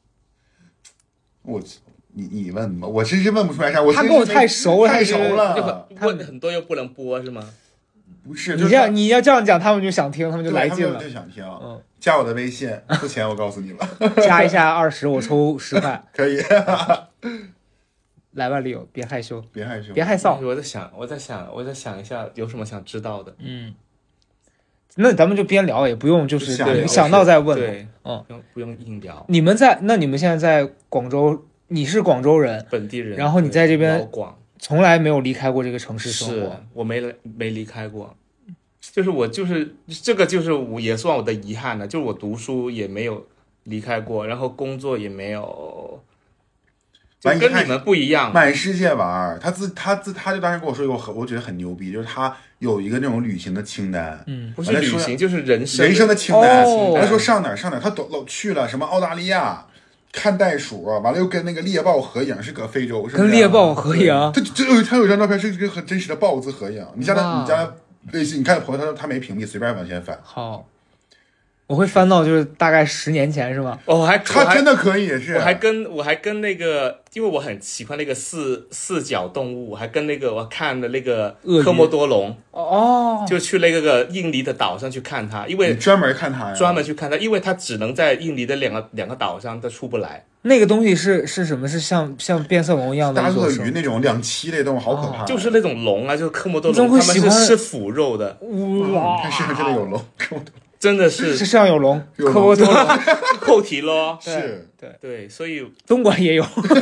我你你问吧，我真是问不出来啥。我他跟我太熟了， 太熟了。 问很多又不能播是吗？ 不是， 你这样你要这样讲，他们就想听，他们就来劲了， 就想听。嗯，加我的微信，付钱我告诉你了。 加一下二十，我抽十块， 可以。 来吧，李友，别害羞， 别害羞， 别害臊。 我在想，我在想，我在想一下，有什么想知道的？ 嗯，那咱们就边聊，也不用就是想想到再问。 对， 嗯， 不用不用硬聊。 你们在那你们现在在广州，你是广州人， 本地人， 然后你在这边老广。 从来没有离开过这个城市生活。 是我没没离开过，就是我就是这个就是我也算我的遗憾了，就是我读书也没有离开过，然后工作也没有，就跟你们不一样， 满世界玩。他自他自他就当时跟我说一个我我觉得很牛逼，就是他有一个那种旅行的清单， 嗯， 不是旅行就是人生人生的清单。 哦、 他说上哪儿上哪儿，他都老去了什么澳大利亚。看袋鼠，完了又跟那个猎豹合影，是搁非洲，是跟猎豹合影。 他这他有一张照片是跟很真实的豹子合影。你加他，你加微信，你看朋友，他说他没屏蔽，随便往前翻。 好，我会翻到就是大概十年前是吗？ 哦，还他真的可以是。 我还跟我还跟那个，因为我很喜欢那个四四脚动物，我还跟那个我看的那个科莫多龙哦， 就去那个印尼的岛上去看它，因为专门看它呀， 专门去看它，因为它只能在印尼的两个两个岛上，它出不来。 那个东西是是什么？是像像变色龙一样的大鳄鱼那种两栖类动物，好可怕、 哦！就是那种龙啊，就是科莫多龙，他们是吃腐肉的。 哇， 看世上真的有龙， 真的是世上有龙，科莫多龙扣题咯。 是， 对对，所以东莞也有。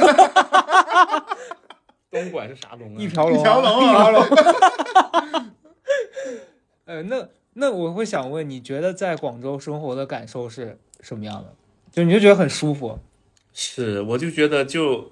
东莞是啥龙啊？ 一条龙， 一条龙， 一条龙。呃，那那我会想问，你觉得在广州生活的感受是什么样的？就你就觉得很舒服？ 是，我就觉得就，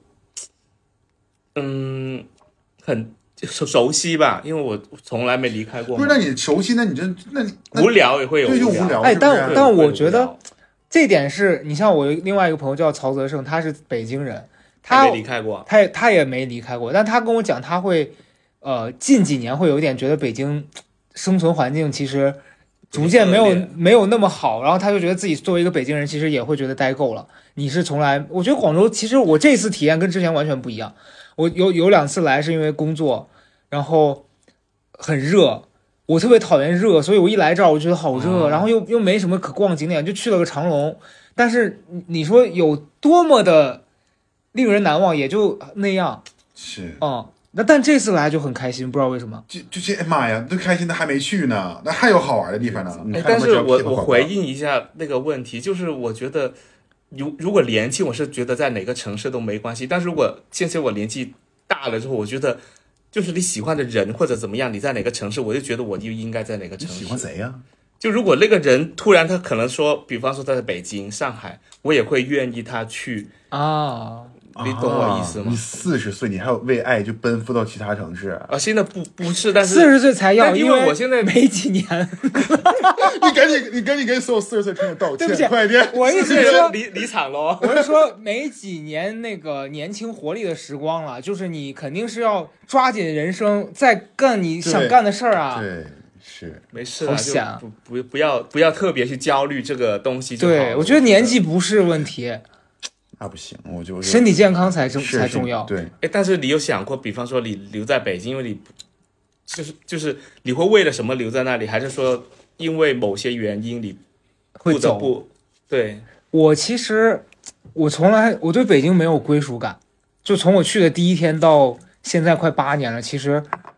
嗯，很熟熟悉吧，因为我从来没离开过。 不是，那你熟悉，那你真那你无聊也会有无聊，无聊。 哎，但但我觉得这点是你像我另外一个朋友叫曹泽胜，他是北京人，他没离开过， 他也他也没离开过，但他跟我讲，他会呃近几年会有一点觉得北京生存环境其实逐渐没有没有那么好，然后他就觉得自己作为一个北京人，其实也会觉得待够了。你是从来，我觉得广州其实我这次体验跟之前完全不一样。我有有两次来是因为工作，然后很热，我特别讨厌热，所以我一来这儿我觉得好热， 哦、 然后又又没什么可逛景点，就去了个长隆。但是你说有多么的令人难忘，也就那样。 是， 嗯。那但这次来就很开心，不知道为什么。 就就这，哎妈呀，都开心的还没去呢，那还有好玩的地方呢。 哎，但是我我回应一下那个问题，就是我觉得，如如果年轻，我是觉得在哪个城市都没关系。但是如果现在我年纪大了之后，我觉得就是你喜欢的人或者怎么样，你在哪个城市，我就觉得我就应该在哪个城市。 喜欢谁呀、啊？ 就如果那个人突然他可能说，比方说他在北京、上海，我也会愿意他去啊。 你懂我意思吗？ 啊、你四十岁，你还有为爱就奔赴到其他城市啊？现在不不是，但是四十岁才要， 因为我现在没几年。 你赶紧，你赶紧跟所有四十岁朋友道歉， 对不起， 快点！ 我意思是说离离场喽。 我是说没几年那个年轻活力的时光了，就是你肯定是要抓紧人生，再干你想干的事儿啊。 对。是没事好想不不不要不要特别去焦虑这个东西就好。 对，我觉得年纪不是问题。 那不行，我就身体健康才重才重要。 对， 哎，但是你有想过，比方说你留在北京，因为你就是就是你会为了什么留在那里，还是说因为某些原因你会走？ 不对， 我其实我从来我对北京没有归属感，就从我去的第一天到现在快八年了，其实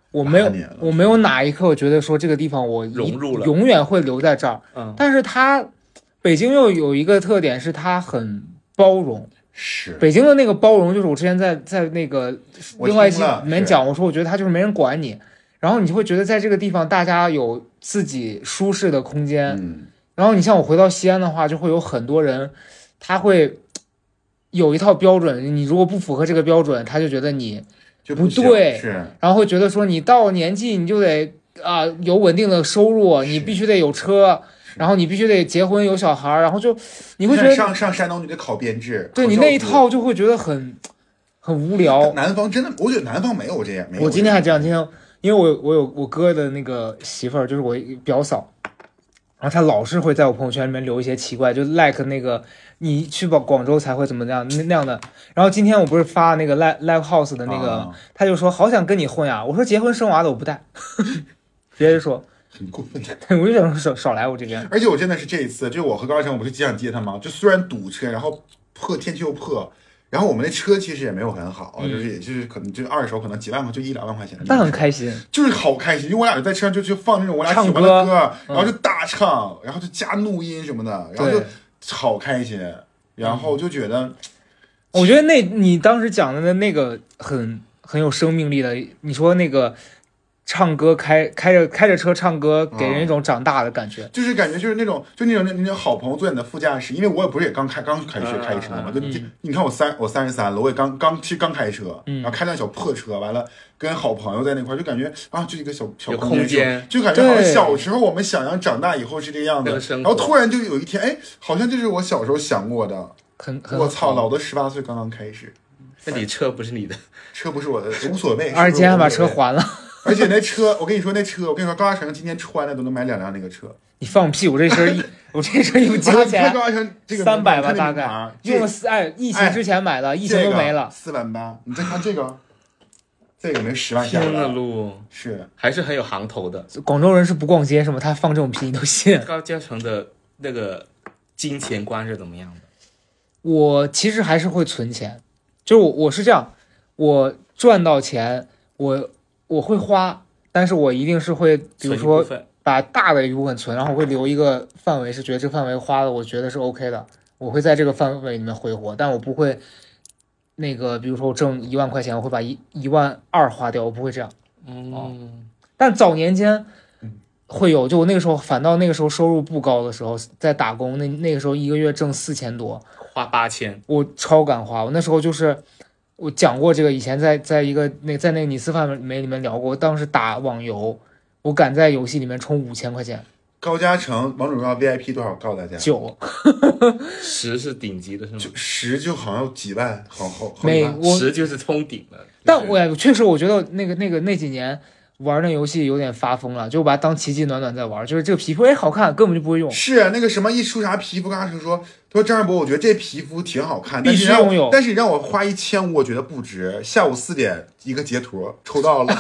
我没有我没有哪一刻我觉得说这个地方我融入了， 永远会留在这儿。 嗯， 但是它北京又有一个特点是它很包容。 是北京的那个包容，就是我之前在在那个另外一期里面讲，我说我觉得他就是没人管你，然后你就会觉得在这个地方大家有自己舒适的空间。 嗯， 然后你像我回到西安的话，就会有很多人，他会有一套标准，你如果不符合这个标准，他就觉得你不对， 是， 然后会觉得说你到年纪你就得啊、呃、有稳定的收入，你必须得有车。然后你必须得结婚有小孩，然后就你会觉得上上山东你得考编制， 对你那一套就会觉得很很无聊。 南方真的，我觉得南方没有这样。没有我今天还这样，今天因为我我有我哥的那个媳妇儿，就是我表嫂，然后她老是会在我朋友圈里面留一些奇怪，就 like 那个你去广广州才会怎么样那那样的。然后今天我不是发那个 live live house 的那个，他、啊、就说好想跟你混呀。我说结婚生娃的我不带，直接就说。 很过分， 我就想说少少来我这边。 而且我真的是这一次，就我和高成，我不是机场接他吗？就虽然堵车，然后破天气又破，然后我们那车其实也没有很好，嗯、就是也就是可能就二手可能几万块，就一两万块钱的。 但很开心， 就是好开心，因为我俩就在车上就就放那种我俩喜欢的歌，歌然后就大唱，嗯、然后就加怒音什么的，然后就好开心，然后就觉得， 嗯、我觉得那你当时讲的那个很很有生命力的，你说那个。唱歌开开着开着车唱歌，给人一种长大的感觉， 嗯、就是感觉就是那种就那种那种好朋友坐在你的副驾驶，因为我也不是也刚开刚开始开车嘛，嗯、就你、嗯、你看我三我三十三了，我也刚刚其实刚开车，嗯、然后开辆小破车，完了跟好朋友在那块就感觉啊，就一个小小空间， 就感觉好像小时候我们想象长大以后是这个样子，然后突然就有一天，哎，好像就是我小时候想过的， 很我操，老子十八岁刚刚开始， 那你车不是你的， 车不是我的，无所谓， 而且还把车还了。 而且那车，我跟你说，那车，我跟你说，高嘉诚今天穿的都能买两辆那个车。 你放屁！我这身衣，我这身衣服加起来高嘉诚这个三百吧，大概用了四哎，疫情之前买的， 哎、 疫情都没了， 四万八。你再看这个，这个没十万价了。天的路是还是很有行头的。 广州人是不逛街是吗？他放这种屁你都信？ 高嘉诚的那个金钱观是怎么样的？ 我其实还是会存钱，就是我我是这样，我赚到钱，我。我会花，但是我一定是会，比如说把大的一部分存，然后我会留一个范围，是觉得这个范围花的，我觉得是 OK 的，我会在这个范围里面挥霍，但我不会那个，比如说我挣一万块钱，我会把一一万二花掉，我不会这样。 嗯， 哦、但早年间会有，就我那个时候，反倒那个时候收入不高的时候，在打工，那那个时候一个月挣四千多， 花八千， 我超敢花，我那时候就是。我讲过这个，以前在在一个那在那个你私范美里面聊过。当时打网游，我敢在游戏里面充五千块钱。 高嘉诚王者荣耀 V I P 多少？告诉大家。 九， 十是顶级的是吗？ 就十就好像几万，好好好没我十就是封顶了。 但我确实我觉得那个那个那几年玩那游戏有点发疯了，就把它当奇迹暖暖在玩，就是这个皮肤哎好看，根本就不会用。 是啊，那个什么一出啥皮肤，高嘉诚说。说张二博，我觉得这皮肤挺好看， 必须拥有。 但是你让我花一千五，我觉得不值。下午四点一个截图抽到了，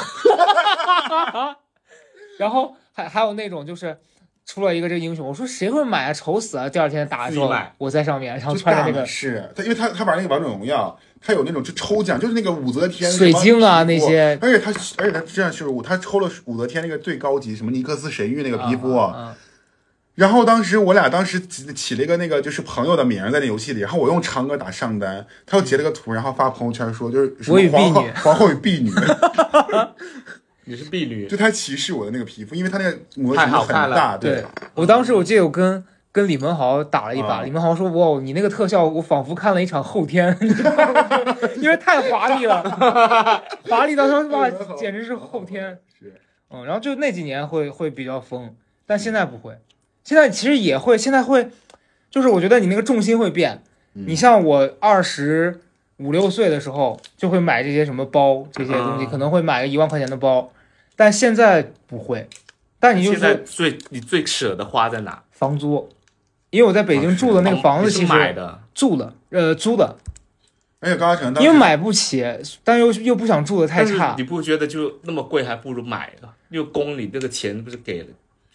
然后还还有那种就是出了一个这个英雄，我说谁会买啊？愁死啊！第二天打的时候我在上面，然后穿着那个是他，因为他他玩那个王者荣耀，他有那种就抽奖，就是那个武则天水晶啊那些， 而且他而且他这样是他抽了武则天那个最高级什么尼克斯神域那个皮肤。 啊啊然后当时我俩当时起了一个那个就是朋友的名在那游戏里，然后我用长歌打上单，他又截了个图，然后发朋友圈说就是我与婢女， 皇后与婢女， 你是婢女， 就他歧视我的那个皮肤，因为他那个模型很大。 对，我当时我记得我跟跟李文豪打了一把，嗯、李文豪说哇，你那个特效我仿佛看了一场后天，因为太华丽了，华丽到他妈简直是后天。嗯，然后就那几年会会比较疯，但现在不会。现在其实也会，现在会，就是我觉得你那个重心会变。嗯、你像我二十五六岁的时候，就会买这些什么包这些东西，啊、可能会买个一万块钱的包，但现在不会。但你就现在最你最舍得花在哪？ 房租，因为我在北京住的那个房子，其实买的住的，呃，租的。 而且高嘉诚因为买不起，但又又不想住的太差。 你不觉得就那么贵，还不如买了？又供你这个钱不是给了？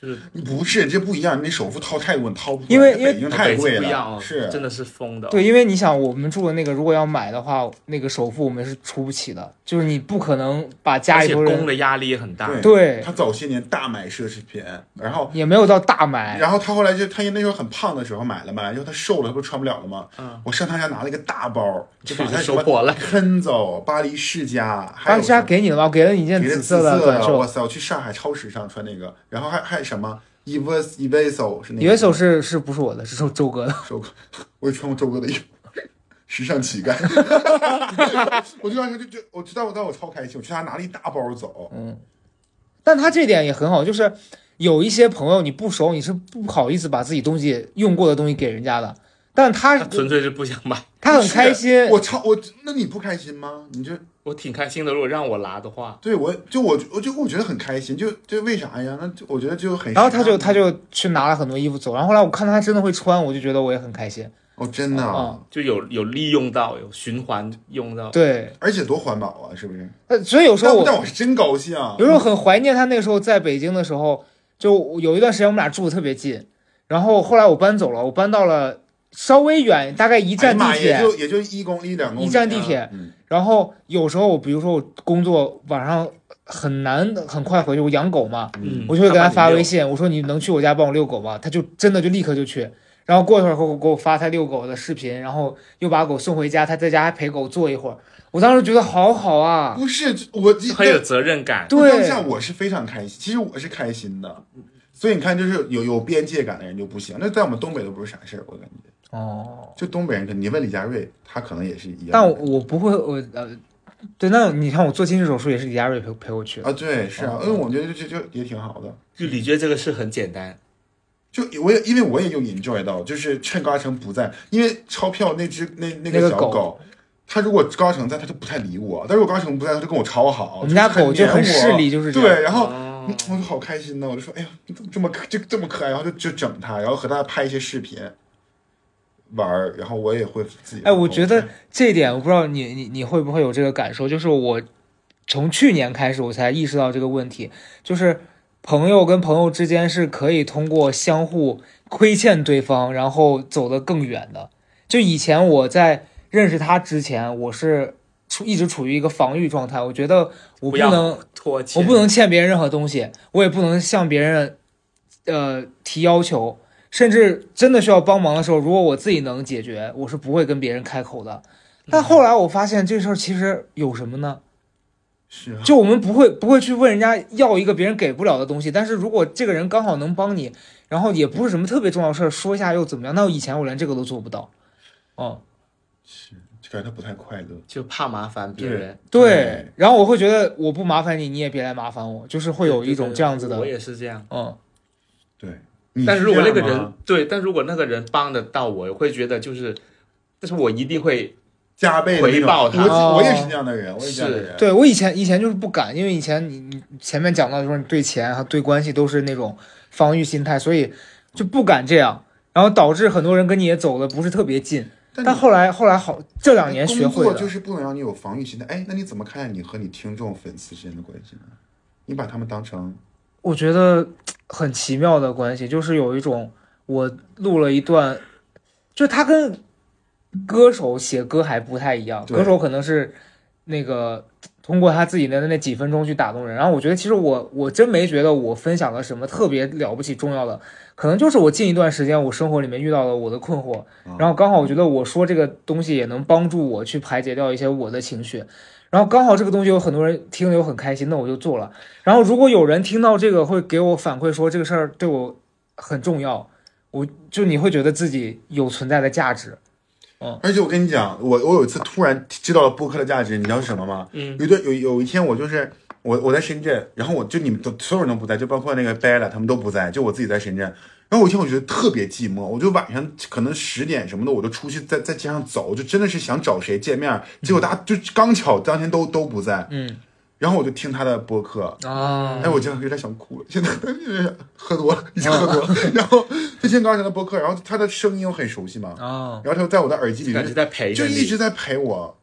就是不是这不一样，你首付掏太多，你掏不出来， 因为因为北京太贵了， 不一样、哦、 是真的是疯的、哦。 对，因为你想，我们住的那个如果要买的话，那个首付我们是出不起的，就是你不可能把家里头人， 而且供的压力也很大。 对， 对他早些年大买奢侈品，然后也没有到大买， 然后他后来就他那时候很胖的时候买了嘛，然后他瘦了，他不穿不了了吗？ 嗯， 我上他家拿了一个大包，就把他收获了， 坑走巴黎世家， 巴黎世家给你了吗？给了你一件紫色的短袖。 哇塞！我去上海超时尚穿那个，然后还还什么 Evas Evaso 是那个 Evaso 是是不是我的？是周哥的。 周哥，我也穿过周哥的衣服，时尚乞丐。我就当时就就我知道我，但我超开心，我去他拿了一大包走。 嗯，但他这点也很好，就是有一些朋友你不熟，你是不好意思把自己东西用过的东西给人家的。但他纯粹是不想买， 他很开心。 我超我，那你不开心吗？你就我挺开心的。如果让我拿的话， 对我就我我就我觉得很开心，就就为啥呀？那就我觉得就很。 然后他就他就去拿了很多衣服走，然后后来我看他真的会穿，我就觉得我也很开心。 哦，真的、啊嗯， 就有有利用到，有循环用到， 对， 而且多环保啊，是不是？ 呃，所以有时候我但我是真高兴、啊， 有时候很怀念他那个时候在北京的时候，就有一段时间我们俩住的特别近，然后后来我搬走了，我搬到了。稍微远，大概一站地铁， 哎、也就也就一公里两公里， 一站地铁。 嗯、 然后有时候我，比如说我工作晚上很难很快回去，我养狗嘛， 嗯、 我就会给他发微信，我说你能去我家帮我遛狗吗？他就真的就立刻就去。然后过一会儿给我给我发他遛狗的视频，然后又把狗送回家，他在家还陪狗坐一会儿。我当时觉得好好啊， 不是我很有责任感。 对， 当下我是非常开心，其实我是开心的。所以你看，就是有有边界感的人就不行，那在我们东北都不是啥事儿，我感觉。 哦， 就东北人，你问李佳瑞，他可能也是一样。 但我我不会，我呃，对，那你看我做近视手术也是李佳瑞陪陪我去啊，对，是啊， 哦、 因为我觉得就就也挺好的。 就你觉得这个是很简单？ 就我也因为我也有 enjoy 到，就是趁高成不在，因为钞票那只那那个小狗， 那个狗他如果高成在，他就不太理我；但如果高成不在，他就跟我超好。 我们家狗就很势利，就是这样对，然后。我就好开心呢，我就说，哎呀，你怎么这么可就这么可爱，然后就就整它，然后和它拍一些视频玩，然后我也会自己。 哎，我觉得这一点，我不知道你你你会不会有这个感受，就是我从去年开始我才意识到这个问题，就是朋友跟朋友之间是可以通过相互亏欠对方，然后走得更远的。就以前我在认识他之前，我是。处一直处于一个防御状态，我觉得我不能拖欠， 我不能欠别人任何东西，我也不能向别人呃提要求，甚至真的需要帮忙的时候，如果我自己能解决，我是不会跟别人开口的。但后来我发现这事儿其实有什么呢？ 是、啊， 就我们不会不会去问人家要一个别人给不了的东西，但是如果这个人刚好能帮你，然后也不是什么特别重要的事儿，说一下又怎么样？那我以前我连这个都做不到，哦、 嗯，是。感觉他不太快乐， 就怕麻烦别人。 对，对然后我会觉得我不麻烦你，你也别来麻烦我，就是会有一种这样子的。 我也是这样， 嗯， 对。 但是如果那个人对，但如果那个人帮得到我，我会觉得就是，但是我一定会加倍回报他。 我我也是这样的人，我也是这样的人。 对我以前以前就是不敢，因为以前你你前面讲到说你对钱和对关系都是那种防御心态，所以就不敢这样，然后导致很多人跟你也走的不是特别近。但, 但后来后来好，这两年学会了， 工作就是不能让你有防御心态。哎，那你怎么看你和你听众粉丝之间的关系呢？你把他们当成， 我觉得很奇妙的关系，就是有一种我录了一段，就他跟歌手写歌还不太一样，歌手可能是那个通过他自己的那几分钟去打动人。然后我觉得其实我我真没觉得我分享了什么特别了不起重要的，可能就是我近一段时间我生活里面遇到了我的困惑，然后刚好我觉得我说这个东西也能帮助我去排解掉一些我的情绪，然后刚好这个东西有很多人听了又很开心，那我就做了。然后如果有人听到这个会给我反馈说这个事儿对我很重要，我就你会觉得自己有存在的价值。嗯， 而且我跟你讲，我我有一次突然知道了播客的价值，你知道是什么吗？ 嗯， 有一有有一天我就是我我在深圳，然后我就你们都所有人都不在，就包括那个 Bella 他们都不在，就我自己在深圳。然后我一天我觉得特别寂寞，我就晚上可能十点什么的，我就出去在在街上走，就真的是想找谁见面，结果大家就刚巧当天都都不在。 嗯， 然后我就听他的播客啊， 哎，我就有点想哭了，现在喝多了，已经喝多了。然后就听刚才的播客，然后他的声音又很熟悉嘛， 啊， 然后他就在我的耳机里感觉在陪就一直在陪我。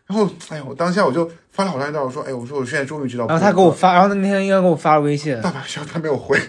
然后哎呦，我当下我就发了好长一段，我说哎，我说我现在终于知道。 然后他给我发，然后他那天应该给我发了微信， 大把消息他没有回。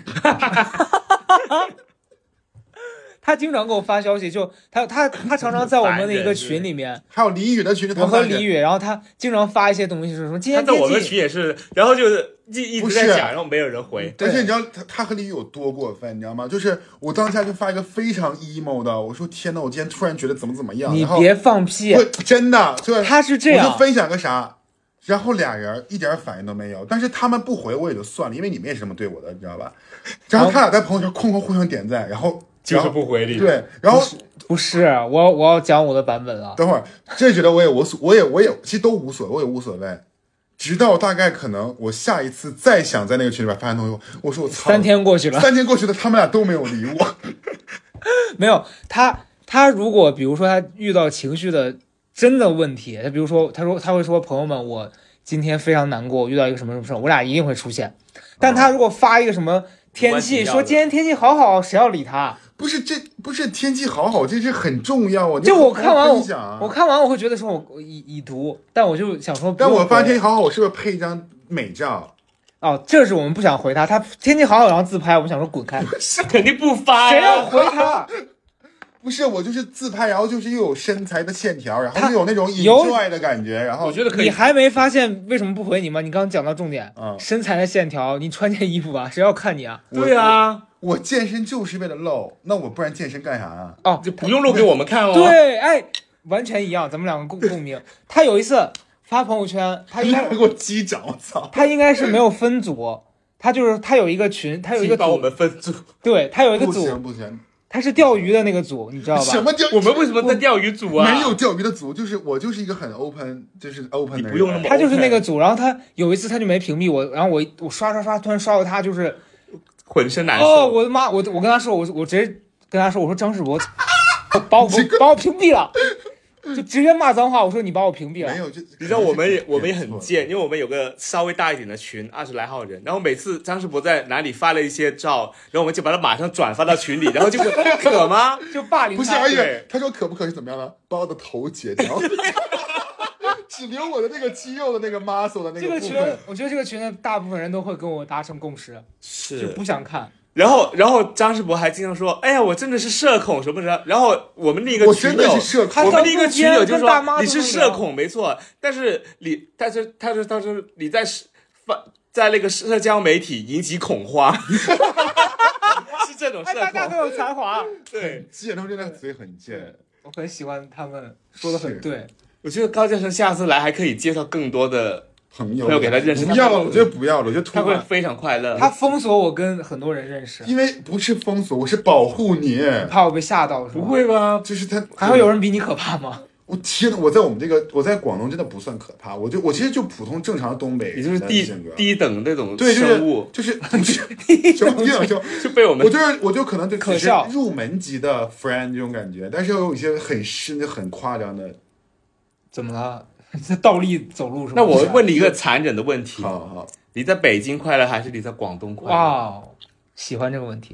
他经常给我发消息，就他他他常常在我们的一个群里面， 还有李宇的群， 我和李宇，然后他经常发一些东西，是什么今天他在我们群也是，然后就是一直在讲，然后没有人回。 而且你知道他他和李宇有多过分，你知道吗？就是我当下就发一个非常 emo 的，我说天哪，我今天突然觉得怎么怎么样。 你别放屁， 真的，就他是这样， 我就分享个啥。然后俩人一点反应都没有，但是他们不回我也就算了，因为你们也是这么对我的，你知道吧？然后他俩在朋友圈空空互相点赞，然后就是不回你。 对，然后不是，不是我我要讲我的版本了。 等会儿，这觉得我也无所，我也我也其实都无所谓，我也无所谓。直到大概可能我下一次再想在那个群里边发现东西，我说我操， 三天过去了， 三天过去了，他们俩都没有理我。 没有他，他如果比如说他遇到情绪的真的问题，他比如说他说他会说朋友们，我今天非常难过，我遇到一个什么什么事，我俩一定会出现。但他如果发一个什么天气，说今天天气好好，谁要理他？ 不是这不是天气好好，这是很重要啊！ 就我看完我， 啊、 我看完我会觉得说我我已已读，但我就想说， 但我发现天气好好，我是不是配一张美照？ 哦，这是我们不想回他，他天气好好然后自拍，我们想说滚开， 肯定不发呀， 谁要回他？ 不是我就是自拍，然后就是又有身材的线条，然后又有那种 enjoy 的感觉，然后我觉得可以。 你还没发现为什么不回你吗？你刚刚讲到重点， 嗯， 身材的线条，你穿件衣服吧，谁要看你啊？ 对啊， 我健身就是为了露，那我不然健身干啥啊？ 哦， 就不用露给我们看哦。 对，哎，完全一样，咱们两个共共鸣。他有一次发朋友圈，他应该给我击掌，我操！ 他应该是没有分组，他就是他有一个群，他有一个组， 把我们分组。 对，他有一个组， 不行不行。 他是钓鱼的那个组，你知道吧？ 什么钓？ 我们为什么在钓鱼组啊？ 没有钓鱼的组，就是我就是一个很 open， 就是 open 的人。 你不用那么 open。 他就是那个组，然后他有一次他就没屏蔽我，然后我我刷刷刷，突然刷到他就是浑身难受。 哦，我的妈！我我跟他说，我我直接跟他说，我说张世博把我把我屏蔽了。就直接骂脏话，我说你把我屏蔽了。 没有，就你知道我们也我们也很贱，因为我们有个稍微大一点的群，二十来号人，然后每次张世博在哪里发了一些照，然后我们就把他马上转发到群里，然后就可吗？ 就霸凌他。 不是，而且他说可不可是怎么样呢？把我的头截掉，只留我的那个肌肉的那个 muscle 的那个部分。 这个群，我觉得这个群的大部分人都会跟我达成共识， 是就不想看。 然后，然后张世博还经常说：“哎呀，我真的是社恐什么的。”然后我们另一个群友，我们另一个群友就说：“你是社恐没错，但是你，但是他说他说你在发在那个社交媒体引起恐慌，是这种社恐。” 大家都有才华， 对， 贱，他们真的嘴很贱。 我很喜欢他们说的很对。 我觉得高建生下次来还可以介绍更多的。 朋友， 朋友给他认识， 不要了，我觉得不要了，我觉得他会非常快乐。 他封锁我跟很多人认识， 因为不是封锁，我是保护你， 怕我被吓到是吧？不会吧？ 就是他还会有人比你可怕吗？ 我天，我在我们这个，我在广东真的不算可怕，我就我其实就普通正常的东北， 也就是低低等那种生物， 就是就是什么低等生物， 就被我们， 我就是我就可能就可笑入门级的 friend 这种感觉，但是又有一些很深的、很夸张的， 怎么了？在倒立走路是吗？ 那我问你一个残忍的问题： 好好， 你在北京快乐还是你在广东快乐？ 哇，喜欢这个问题。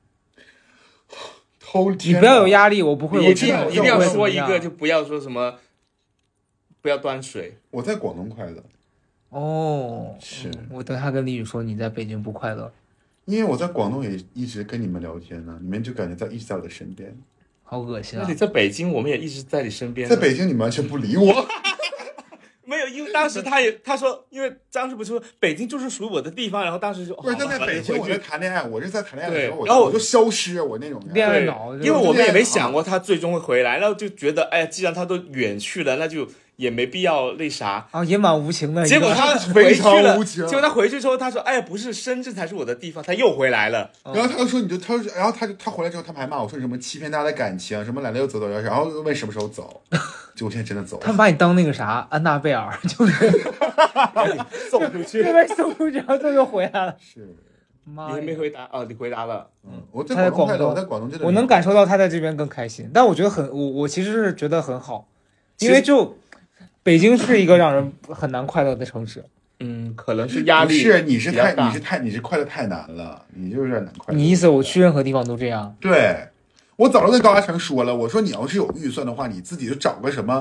偷你不要有压力，我不会。 你一定一定要说一个，就不要说什么，不要端水。 我在广东快乐。 哦， 是我等他跟李宇说你在北京不快乐， 因为我在广东也一直跟你们聊天呢，你们就感觉在一直在我的身边。 好恶心啊！ 那你在北京，我们也一直在你身边。 在北京，你们完全不理我。 没有，因为当时他也他说，因为张师傅说北京就是属于我的地方，然后当时就不是他在北京，我在谈恋爱，我是在谈恋爱的时候， 然后我就消失，我那种恋爱脑， 因为我们也没想过他最终会回来，然后就觉得，哎呀，既然他都远去了，那就也没必要那啥啊，也蛮无情的。 结果他回去了，结果他回去之后，他说，哎呀，不是深圳才是我的地方，他又回来了。 然后他就说，你就他说，然后他就他回来之后，他们还骂我说什么欺骗大家的感情，什么来了又走走，然后问什么时候走。结果现在真的走了， 他们把你当那个啥安娜贝尔，就是送出去， 被送出去，然后又回来了。 是， 妈， 你还没回答哦，你回答了。 嗯，我在广东，我在广东真的， 我能感受到他在这边更开心，但我觉得很，我我其实是觉得很好，因为就北京是一个让人很难快乐的城市。 嗯，可能是压力， 是你是太你是太你是快乐太难了，你就是难快乐。 你意思我去任何地方都这样？ 对。我早就跟高嘉诚说了，我说你要是有预算的话，你自己就找个什么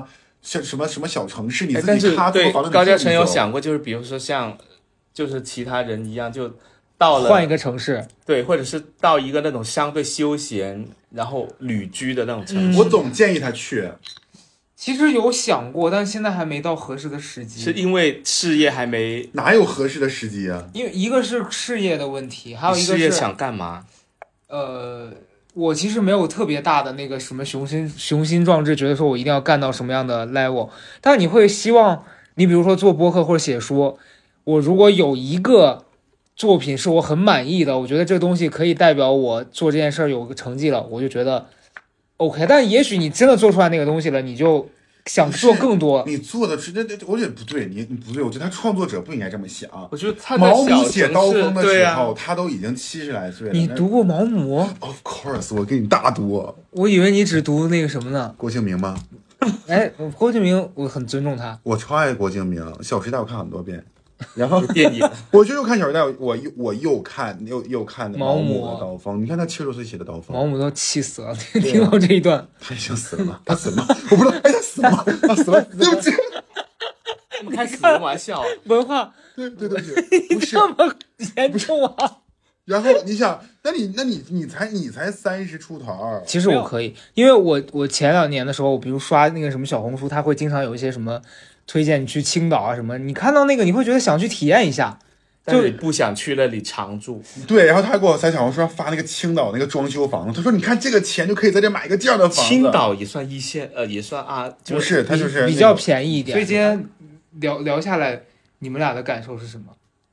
像什么什么小城市，你自己趴对高嘉诚有想过，就是比如说像就是其他人一样，就到了换一个城市， 对，或者是到一个那种相对休闲然后旅居的那种城市。 我总建议他去。 其实有想过，但现在还没到合适的时机。 是因为事业还没？ 哪有合适的时机啊？ 因为一个是事业的问题，还有一个是事业想干嘛？ 呃，我其实没有特别大的那个什么雄心雄心壮志，觉得说我一定要干到什么样的 level。但你会希望，你比如说做播客或者写书，我如果有一个作品是我很满意的，我觉得这个东西可以代表我做这件事儿有个成绩了，我就觉得 OK。但也许你真的做出来那个东西了，你就想做更多。 你做的是这这，我觉得不对，你你不对，我觉得他创作者不应该这么想。 我觉得他毛姆写刀锋的时候， 啊、 他都已经七十来岁了。 你读过毛姆 ？Of course， 我给你大读。 我以为你只读那个什么呢？ 郭敬明吗？ 哎，郭敬明我很尊重他， 我超爱郭敬明，《小时代》我看很多遍。然后电影， 我就又看《小时代》，我又我又看又又看的毛姆的刀锋。你看他七十多岁写的刀锋， 毛姆都气死了。听到这一段， 他已经死了吗？他死了吗？我不知道。哎，他死了吗？他死了，对不起。 我们开死人玩笑， 文化， 对对对对，不是这么严重啊。 然后你想，那你那你你才你才三十出头。 其实我可以，因为我我前两年的时候，我比如刷那个什么小红书，它会经常有一些什么推荐你去青岛啊什么，你看到那个你会觉得想去体验一下， 就你不想去那里常住。 对，然后他还给我在小红书上发那个青岛那个装修房子，他说你看这个钱就可以在这买一个这样的房子。 青岛也算一线，呃，也算啊， 不是，他就是比较便宜一点。所以今天聊聊下来，你们俩的感受是什么？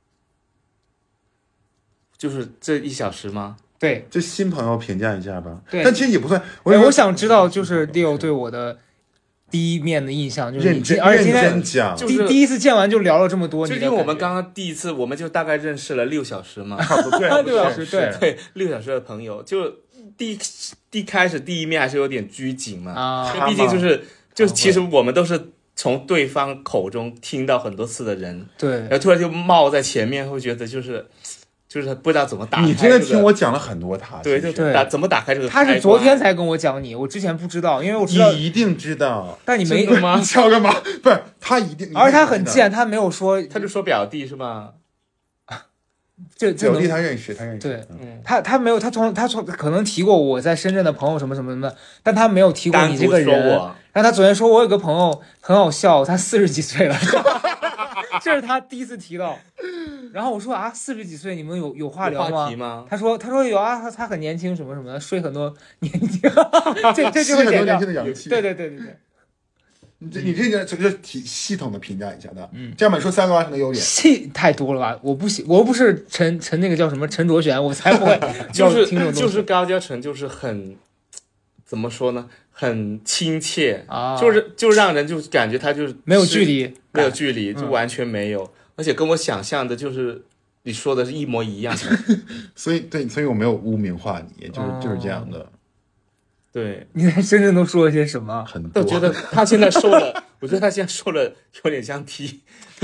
就是这一小时吗？ 对， 就新朋友评价一下吧。 对， 但其实也不算。 我我想知道，就是 Leo 对我的第一面的印象，就是认真， 而且今天就是第一次见完就聊了这么多， 就因为我们刚刚第一次，我们就大概认识了六小时嘛， 差不多六小时，对对，六小时的朋友，就第第开始第一面还是有点拘谨嘛， 啊， 因为毕竟就是就是其实我们都是从对方口中听到很多次的人， 对， 然后突然就冒在前面，会觉得就是。就是不知道怎么打开、这个。 你真的听我讲了很多他， 对对对，打怎么打开这个？ 他是昨天才跟我讲你，我之前不知道，因为我知道你一定知道， 但你没吗？ 你笑干嘛？不是他一定， 而他很贱，他没有说， 他就说表弟是吧？ 这表弟他认识，他认识。 对，嗯、他他没有，他从他从可能提过我在深圳的朋友什么什么什么，但他没有提过你这个人。然后他昨天说我有个朋友很好笑，他四十几岁了。这是他第一次提到，然后我说啊，四十几岁你们有有话聊吗？ 吗他说他说有啊，他他很年轻什么什么的，睡很多年轻，这这就会很多年轻的氧气。 对对对对对， 你这你这个这个体系统的评价一下的，嗯，这样吧，说三个完成的优点， 系太多了吧？我不喜，我不是陈陈那个叫什么陈卓璇，我才不会就是就是高嘉诚就是很怎么说呢？很亲切啊， 就是就让人就感觉他就是没有距离， 没有距离，就完全没有，嗯、而且跟我想象的就是你说的是一模一样。 所以对，所以我没有污名化你，就是、哦、就是这样的。 对， 你在深圳都说了些什么？ 很多。 我觉得他现在说了，我觉得他现在说了有点像 T。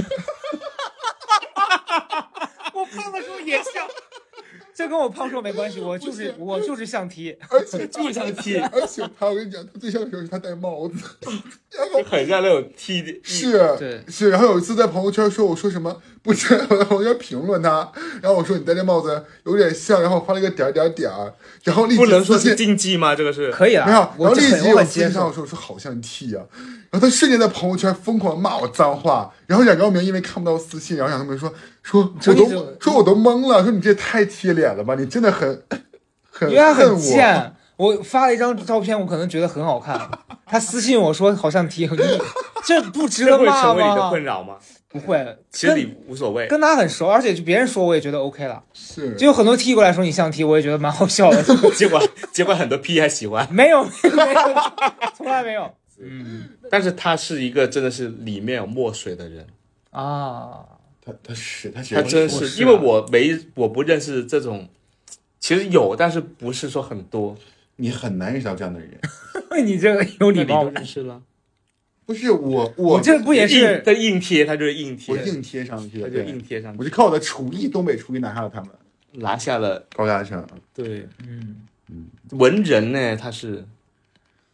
我胖的时候也像。这跟我胖瘦没关系，我就是我就是像 T， 而且就是像 T， 而且他我跟你讲，他最像的时候是他戴帽子， 然后很像那种 T 的， 是， 对， 是。然后有一次在朋友圈说，我说什么不知道，我在朋友圈评论他，然后我说你戴这帽子有点像，然后我发了一个点点点，然后立即不能说是禁忌吗？这个是可以啊， 没有，然后立即有接上我说说好像 T 啊，然后他瞬间在朋友圈疯狂骂我脏话，然后冉高明因为看不到私信，然后冉高明说。说我都说我都懵了，说你这太贴脸了吧，你真的很很因为他很贱。我发了一张照片，我可能觉得很好看，他私信我说好像 T， 这不值得骂吗？ 会成为你的困扰吗？ 不会， 其实你无所谓， 跟他很熟，而且就别人说我也觉得 OK 了。 是， 就有很多 T 过来说你像 T， 我也觉得蛮好笑的。 结果结果很多 P 还喜欢， 没有没有没有，从来没有。 嗯，但是他是一个真的是里面有墨水的人啊。 他他是他他真是，是因为我没我不认识这种，其实有，但是不是说很多， 你很难认识到这样的人。 你这个有礼貌， 都认识了。 不是我我我这不也是他硬贴，他就是硬贴， 我硬贴上去的， 他就硬贴上去。 我是靠我的厨艺，东北厨艺拿下了他们， 拿下了高嘉诚。 对， 嗯嗯，文人呢，他是。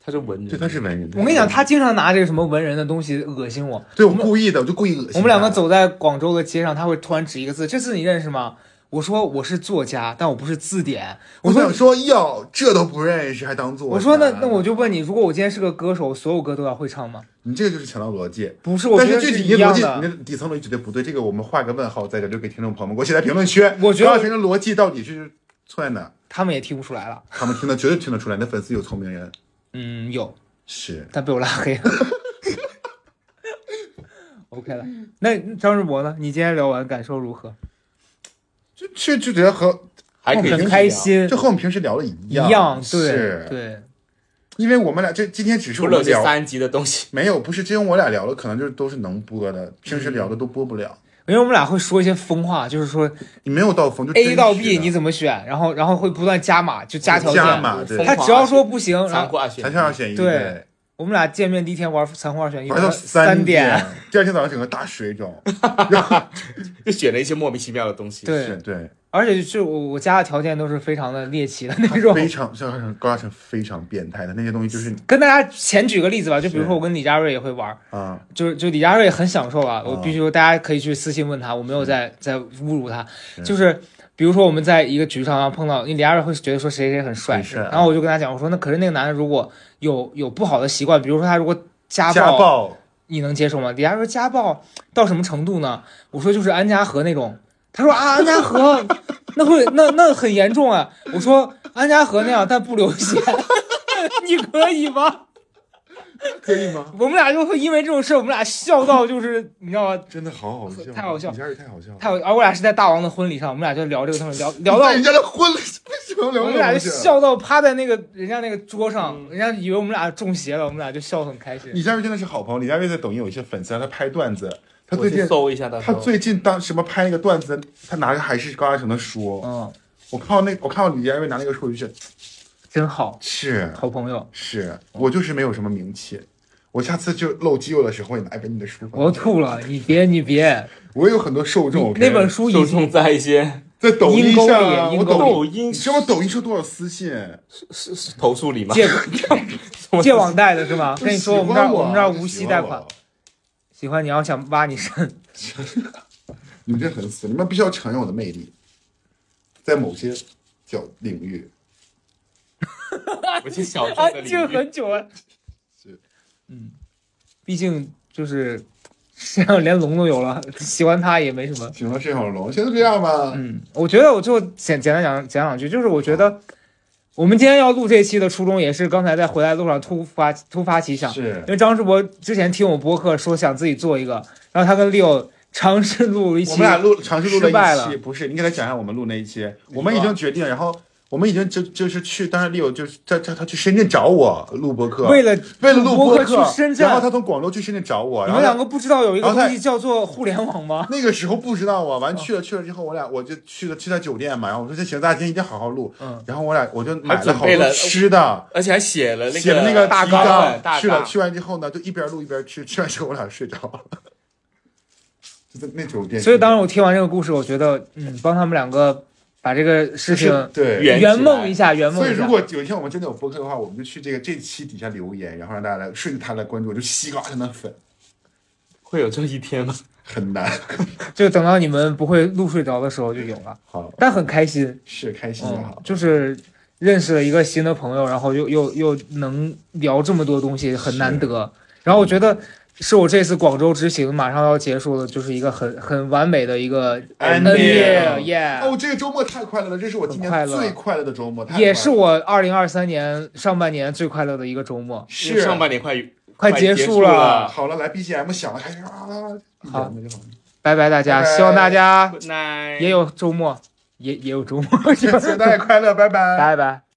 他是文人， 对，他是文人。 我跟你讲，他经常拿这个什么文人的东西恶心我。 对，我故意的，我就故意恶心。 我们两个走在广州的街上，他会突然指一个字，这字你认识吗？我说我是作家，但我不是字典。 我想说，哟，这都不认识，还当作家？ 我说那那我就问你，如果我今天是个歌手，所有歌都要会唱吗？ 你这个就是强盗逻辑。 不是，我觉得是一样的。 你的底层逻辑绝对不对，这个我们画个问号在这，留给听众朋友们，给我写在评论区。 我觉得高大成的逻辑到底是错在哪？ 他们也听不出来了。 他们听得绝对听得出来，那粉丝有聪明人。 嗯，有是， 但被我拉黑了。OK 了，那张世博呢？你今天聊完感受如何？ 就就就觉得和还可以很开心， 就和我们平时聊的一样， 一样， 对对， 因为我们俩这今天只是我们聊三集的东西， 没有，不是，只有我俩聊的，可能就是都是能播的，平时聊的都播不了。 因为我们俩会说一些疯话，就是说你没有到疯，就 A 到 B 你怎么选，然后然后会不断加码，就加条件， 加码，对， 他只要说不行， 残酷二选一， 残酷二选一， 对。我们俩见面第一天玩残酷二选一， 玩到三点，第二天早上整个大水肿， 就选了一些莫名其妙的东西。 对对， 而且是我我家的条件都是非常的猎奇的那种， 非常像高大成非常变态的那些东西，就是跟大家前举个例子吧，就比如说我跟李佳瑞也会玩啊， 就是就李佳瑞很享受啊，我必须说大家可以去私信问他，我没有在在侮辱他，就是比如说我们在一个局上碰到，因为李佳瑞会觉得说谁谁很帅，然后我就跟他讲，我说那可是那个男的如果有有不好的习惯，比如说他如果家暴， 家暴你能接受吗？李佳说家暴到什么程度呢？我说就是安家和那种。他说啊，安家和那会那那很严重啊。我说安家和那样，但不流血，你可以吗？ 可以吗？ 我们俩就会因为这种事，我们俩笑到就是你知道吗？ 真的好好笑， 太好笑， 李佳瑞太好笑了。 太好，而我俩是在大王的婚礼上，我们俩就聊这个东西，聊聊到人家的婚礼，为什么聊？ 我们俩就笑到趴在那个人家那个桌上，嗯、人家以为我们俩中邪了，我们俩就笑得很开心。 李佳瑞真的是好朋友，李佳瑞在抖音有一些粉丝，他拍段子。他最近搜一下他， 他最近当什么拍那个段子，他拿的还是高大成的书。 嗯， 我看到那我看到李佳瑞拿那个书，就是真好， 是好朋友。 是我就是没有什么名气，我下次就露肌肉的时候也拿一本你的书。 我吐了，你别你别， 我有很多受众， 那本书受众在一些在抖音上、啊， 我抖音，你知道我抖音收多少私信？ 是是投诉你吗？ 借借网贷的是吗？跟你说，我们这儿我们这儿无息贷款。喜欢你要想挖你肾， 你们这很死，你们必须要承认我的魅力，在某些角领域， 某些小众的领域， 安静很久啊。是，嗯，毕竟就是世界上连龙都有了，喜欢他也没什么。 喜欢这条龙，现在这样吧。 嗯，我觉得我就简简单讲讲两句，就是我觉得。我们今天要录这期的初衷也是刚才在回来路上突发突发奇想， 是因为张世博之前听我播客说想自己做一个，然后他跟 Leo 尝试录一期， 我们俩录尝试录了一期， 了不是你给他讲一下我们录那一期，我们已经决定，然后我们已经就就是去，当时 Leo 就是在他他去深圳找我录播客， 为了为了录播客去深圳， 然后他从广州去深圳找我， 你们两个不知道有一个东西叫做互联网吗？ 那个时候不知道啊，完去了去了之后，我俩我就去了去他酒店嘛，然后我说这行，大家今天一定好好录，嗯，然后我俩我就买了好多吃的， 而且还写了那个写了那个大纲， 大去了去完之后呢，就一边录一边吃，吃完之后我俩睡着了。就在那酒店， 所以当时我听完这个故事，我觉得，嗯，帮他们两个把这个事情对圆梦一下，圆梦一下。所以如果有一天我们真的有播客的话，我们就去这个这期底下留言，然后让大家来顺着他来关注，就西瓜他的粉。 会有这一天吗？ 很难， 就等到你们不会录睡着的时候就有了。 好， 但很开心， 是开心就好、 嗯，就是认识了一个新的朋友，然后又又又能聊这么多东西，很难得。然后我觉得。是我这次广州之行马上要结束了，就是一个很很完美的一个 ending， 耶！ 哦，这个周末太快乐了，这是我今年最快乐的周末， 也是我二零二三年上半年最快乐的一个周末。 是上半年快快结束了， 好了，来 B G M 响了，开始啊！ 好，拜拜大家，希望大家也有周末，也也有周末， 圣诞快乐，拜拜， 拜拜。